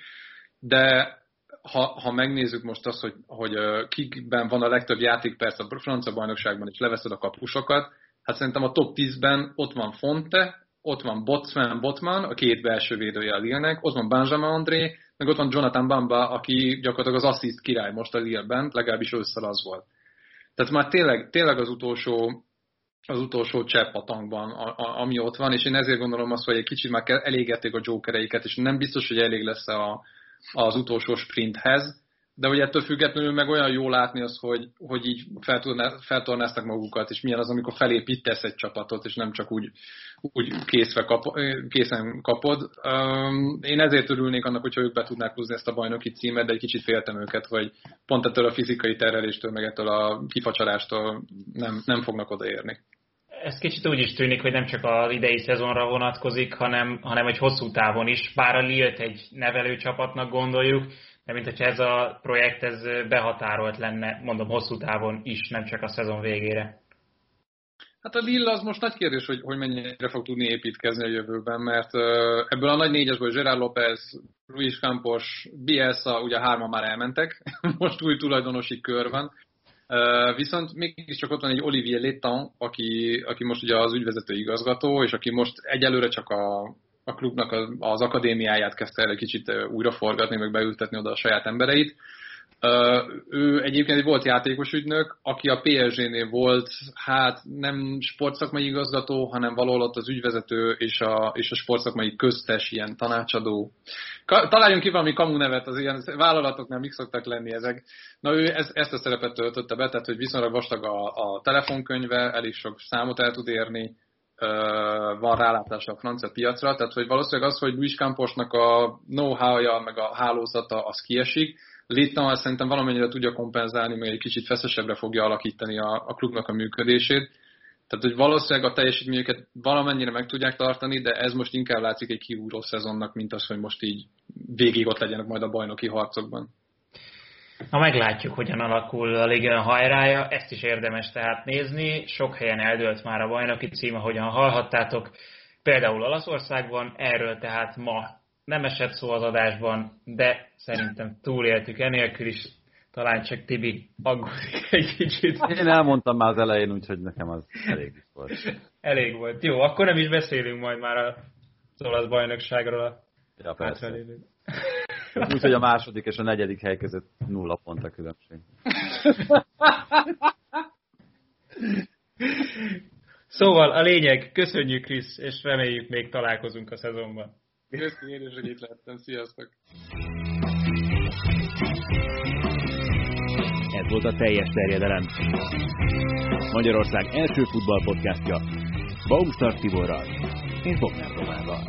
de ha, ha megnézzük most azt, hogy, hogy uh, kikben van a legtöbb játékperc a francia bajnokságban, és leveszed a kapusokat, hát szerintem a top tízben ott van Fonte, ott van Botman, Botman, a két belső védője a Lille-nek, ott van Benjamin André, meg ott van Jonathan Bamba, aki gyakorlatilag az assziszt király most a Lille-ben, legalábbis ősszel az volt. Tehát már tényleg, tényleg az utolsó, az utolsó csepp a tankban, a, a, ami ott van, és én ezért gondolom azt, hogy egy kicsit már elégették a jokereiket, és nem biztos, hogy elég lesz a, az utolsó sprinthez, de hogy ettől függetlenül meg olyan jó látni az, hogy, hogy így feltornáztak magukat, és milyen az, amikor felépítesz egy csapatot, és nem csak úgy, úgy készve kap, készen kapod. Én ezért örülnék annak, hogyha ők be tudnák húzni ezt a bajnoki címet, de egy kicsit féltem őket, hogy pont ettől a fizikai terheléstől, meg ettől a kifacsarástól nem, nem fognak odaérni. Ez kicsit úgy is tűnik, hogy nem csak az idei szezonra vonatkozik, hanem, hanem egy hosszú távon is. Bár a Lille-t egy nevelőcsapatnak gondoljuk, de mint hogyha ez a projekt ez behatárolt lenne, mondom, hosszú távon is, nem csak a szezon végére. Hát a Lille az most nagy kérdés, hogy, hogy mennyire fog tudni építkezni a jövőben, mert ebből a nagy négyesből Gerard López, Luis Campos, Bielsa, ugye hárman már elmentek, most új tulajdonosi kör van. Viszont mégiscsak ott van egy Olivier Létang, aki, aki most ugye az ügyvezető igazgató, és aki most egyelőre csak a a klubnak az akadémiáját kezdte el egy kicsit újraforgatni, meg beültetni oda a saját embereit. Ő egyébként egy volt játékos ügynök, aki a pé es gé-nél volt, hát nem sportszakmai igazgató, hanem valahol ott az ügyvezető és a, és a sportszakmai köztes ilyen tanácsadó. Találjunk ki valami kamu nevet, az ilyen vállalatoknál mik szoktak lenni ezek. Na ő ez, ezt a szerepet töltötte be, tehát hogy viszonylag vastag a, a telefonkönyve, elég sok számot el tud érni, van rálátása a francia piacra, tehát hogy valószínűleg az, hogy Luis Camposnak a know-how-ja, meg a hálózata az kiesik, Léttan szerintem valamennyire tudja kompenzálni, meg egy kicsit feszesebbre fogja alakítani a, a klubnak a működését. Tehát, hogy valószínűleg a teljesítményüket valamennyire meg tudják tartani, de ez most inkább látszik egy kiúró szezonnak, mint az, hogy most így végig ott legyenek majd a bajnoki harcokban. Na meglátjuk, hogyan alakul a Liga hajrája, ezt is érdemes tehát nézni. Sok helyen eldőlt már a bajnoki cím, ahogyan hallhattátok. Például Olaszországban, erről tehát ma nem esett szó az adásban, de szerintem túléltük enélkül is. Talán csak Tibi aggódik egy kicsit. Én elmondtam már az elején, úgyhogy nekem az elég is volt. Elég volt. Jó, akkor nem is beszélünk majd már az olasz bajnokságról a ja, hátralévő. Úgyhogy a második és a negyedik hely között nulla pont a különbség. Szóval a lényeg, köszönjük Krisz, és reméljük még találkozunk a szezonban. Köszönjük, én is, hogy itt lettem. Sziasztok! Ez volt a teljes terjedelem. Magyarország első futballpodcastja Baumstark Tiborral és Bognár Domával.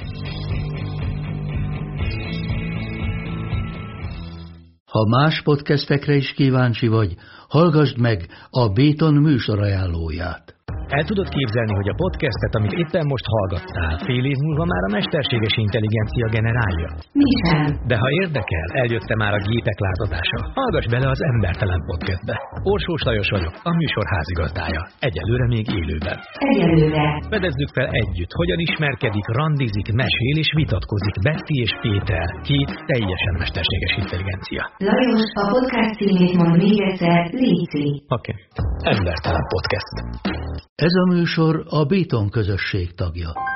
Ha más podcastekre is kíváncsi vagy, hallgassd meg a Béton műsor ajánlóját. El tudod képzelni, hogy a podcastet, amit éppen most hallgattál, fél év múlva már a mesterséges intelligencia generálja? Mi sem. De ha érdekel, eljötte már a gépek lázadása. Hallgass bele az Embertelen podcastbe. Orsós Lajos vagyok, a műsor házigazdája. Egyelőre még élőben. Egyelőre. Fedezzük fel együtt, hogyan ismerkedik, randizik, mesél és vitatkozik Betty és Péter, két teljesen mesterséges intelligencia. Lajos, a podcast címét mond még egyszer, Léci. Oké. Okay. Embertelen podcast. Ez a műsor a Béton közösség tagja.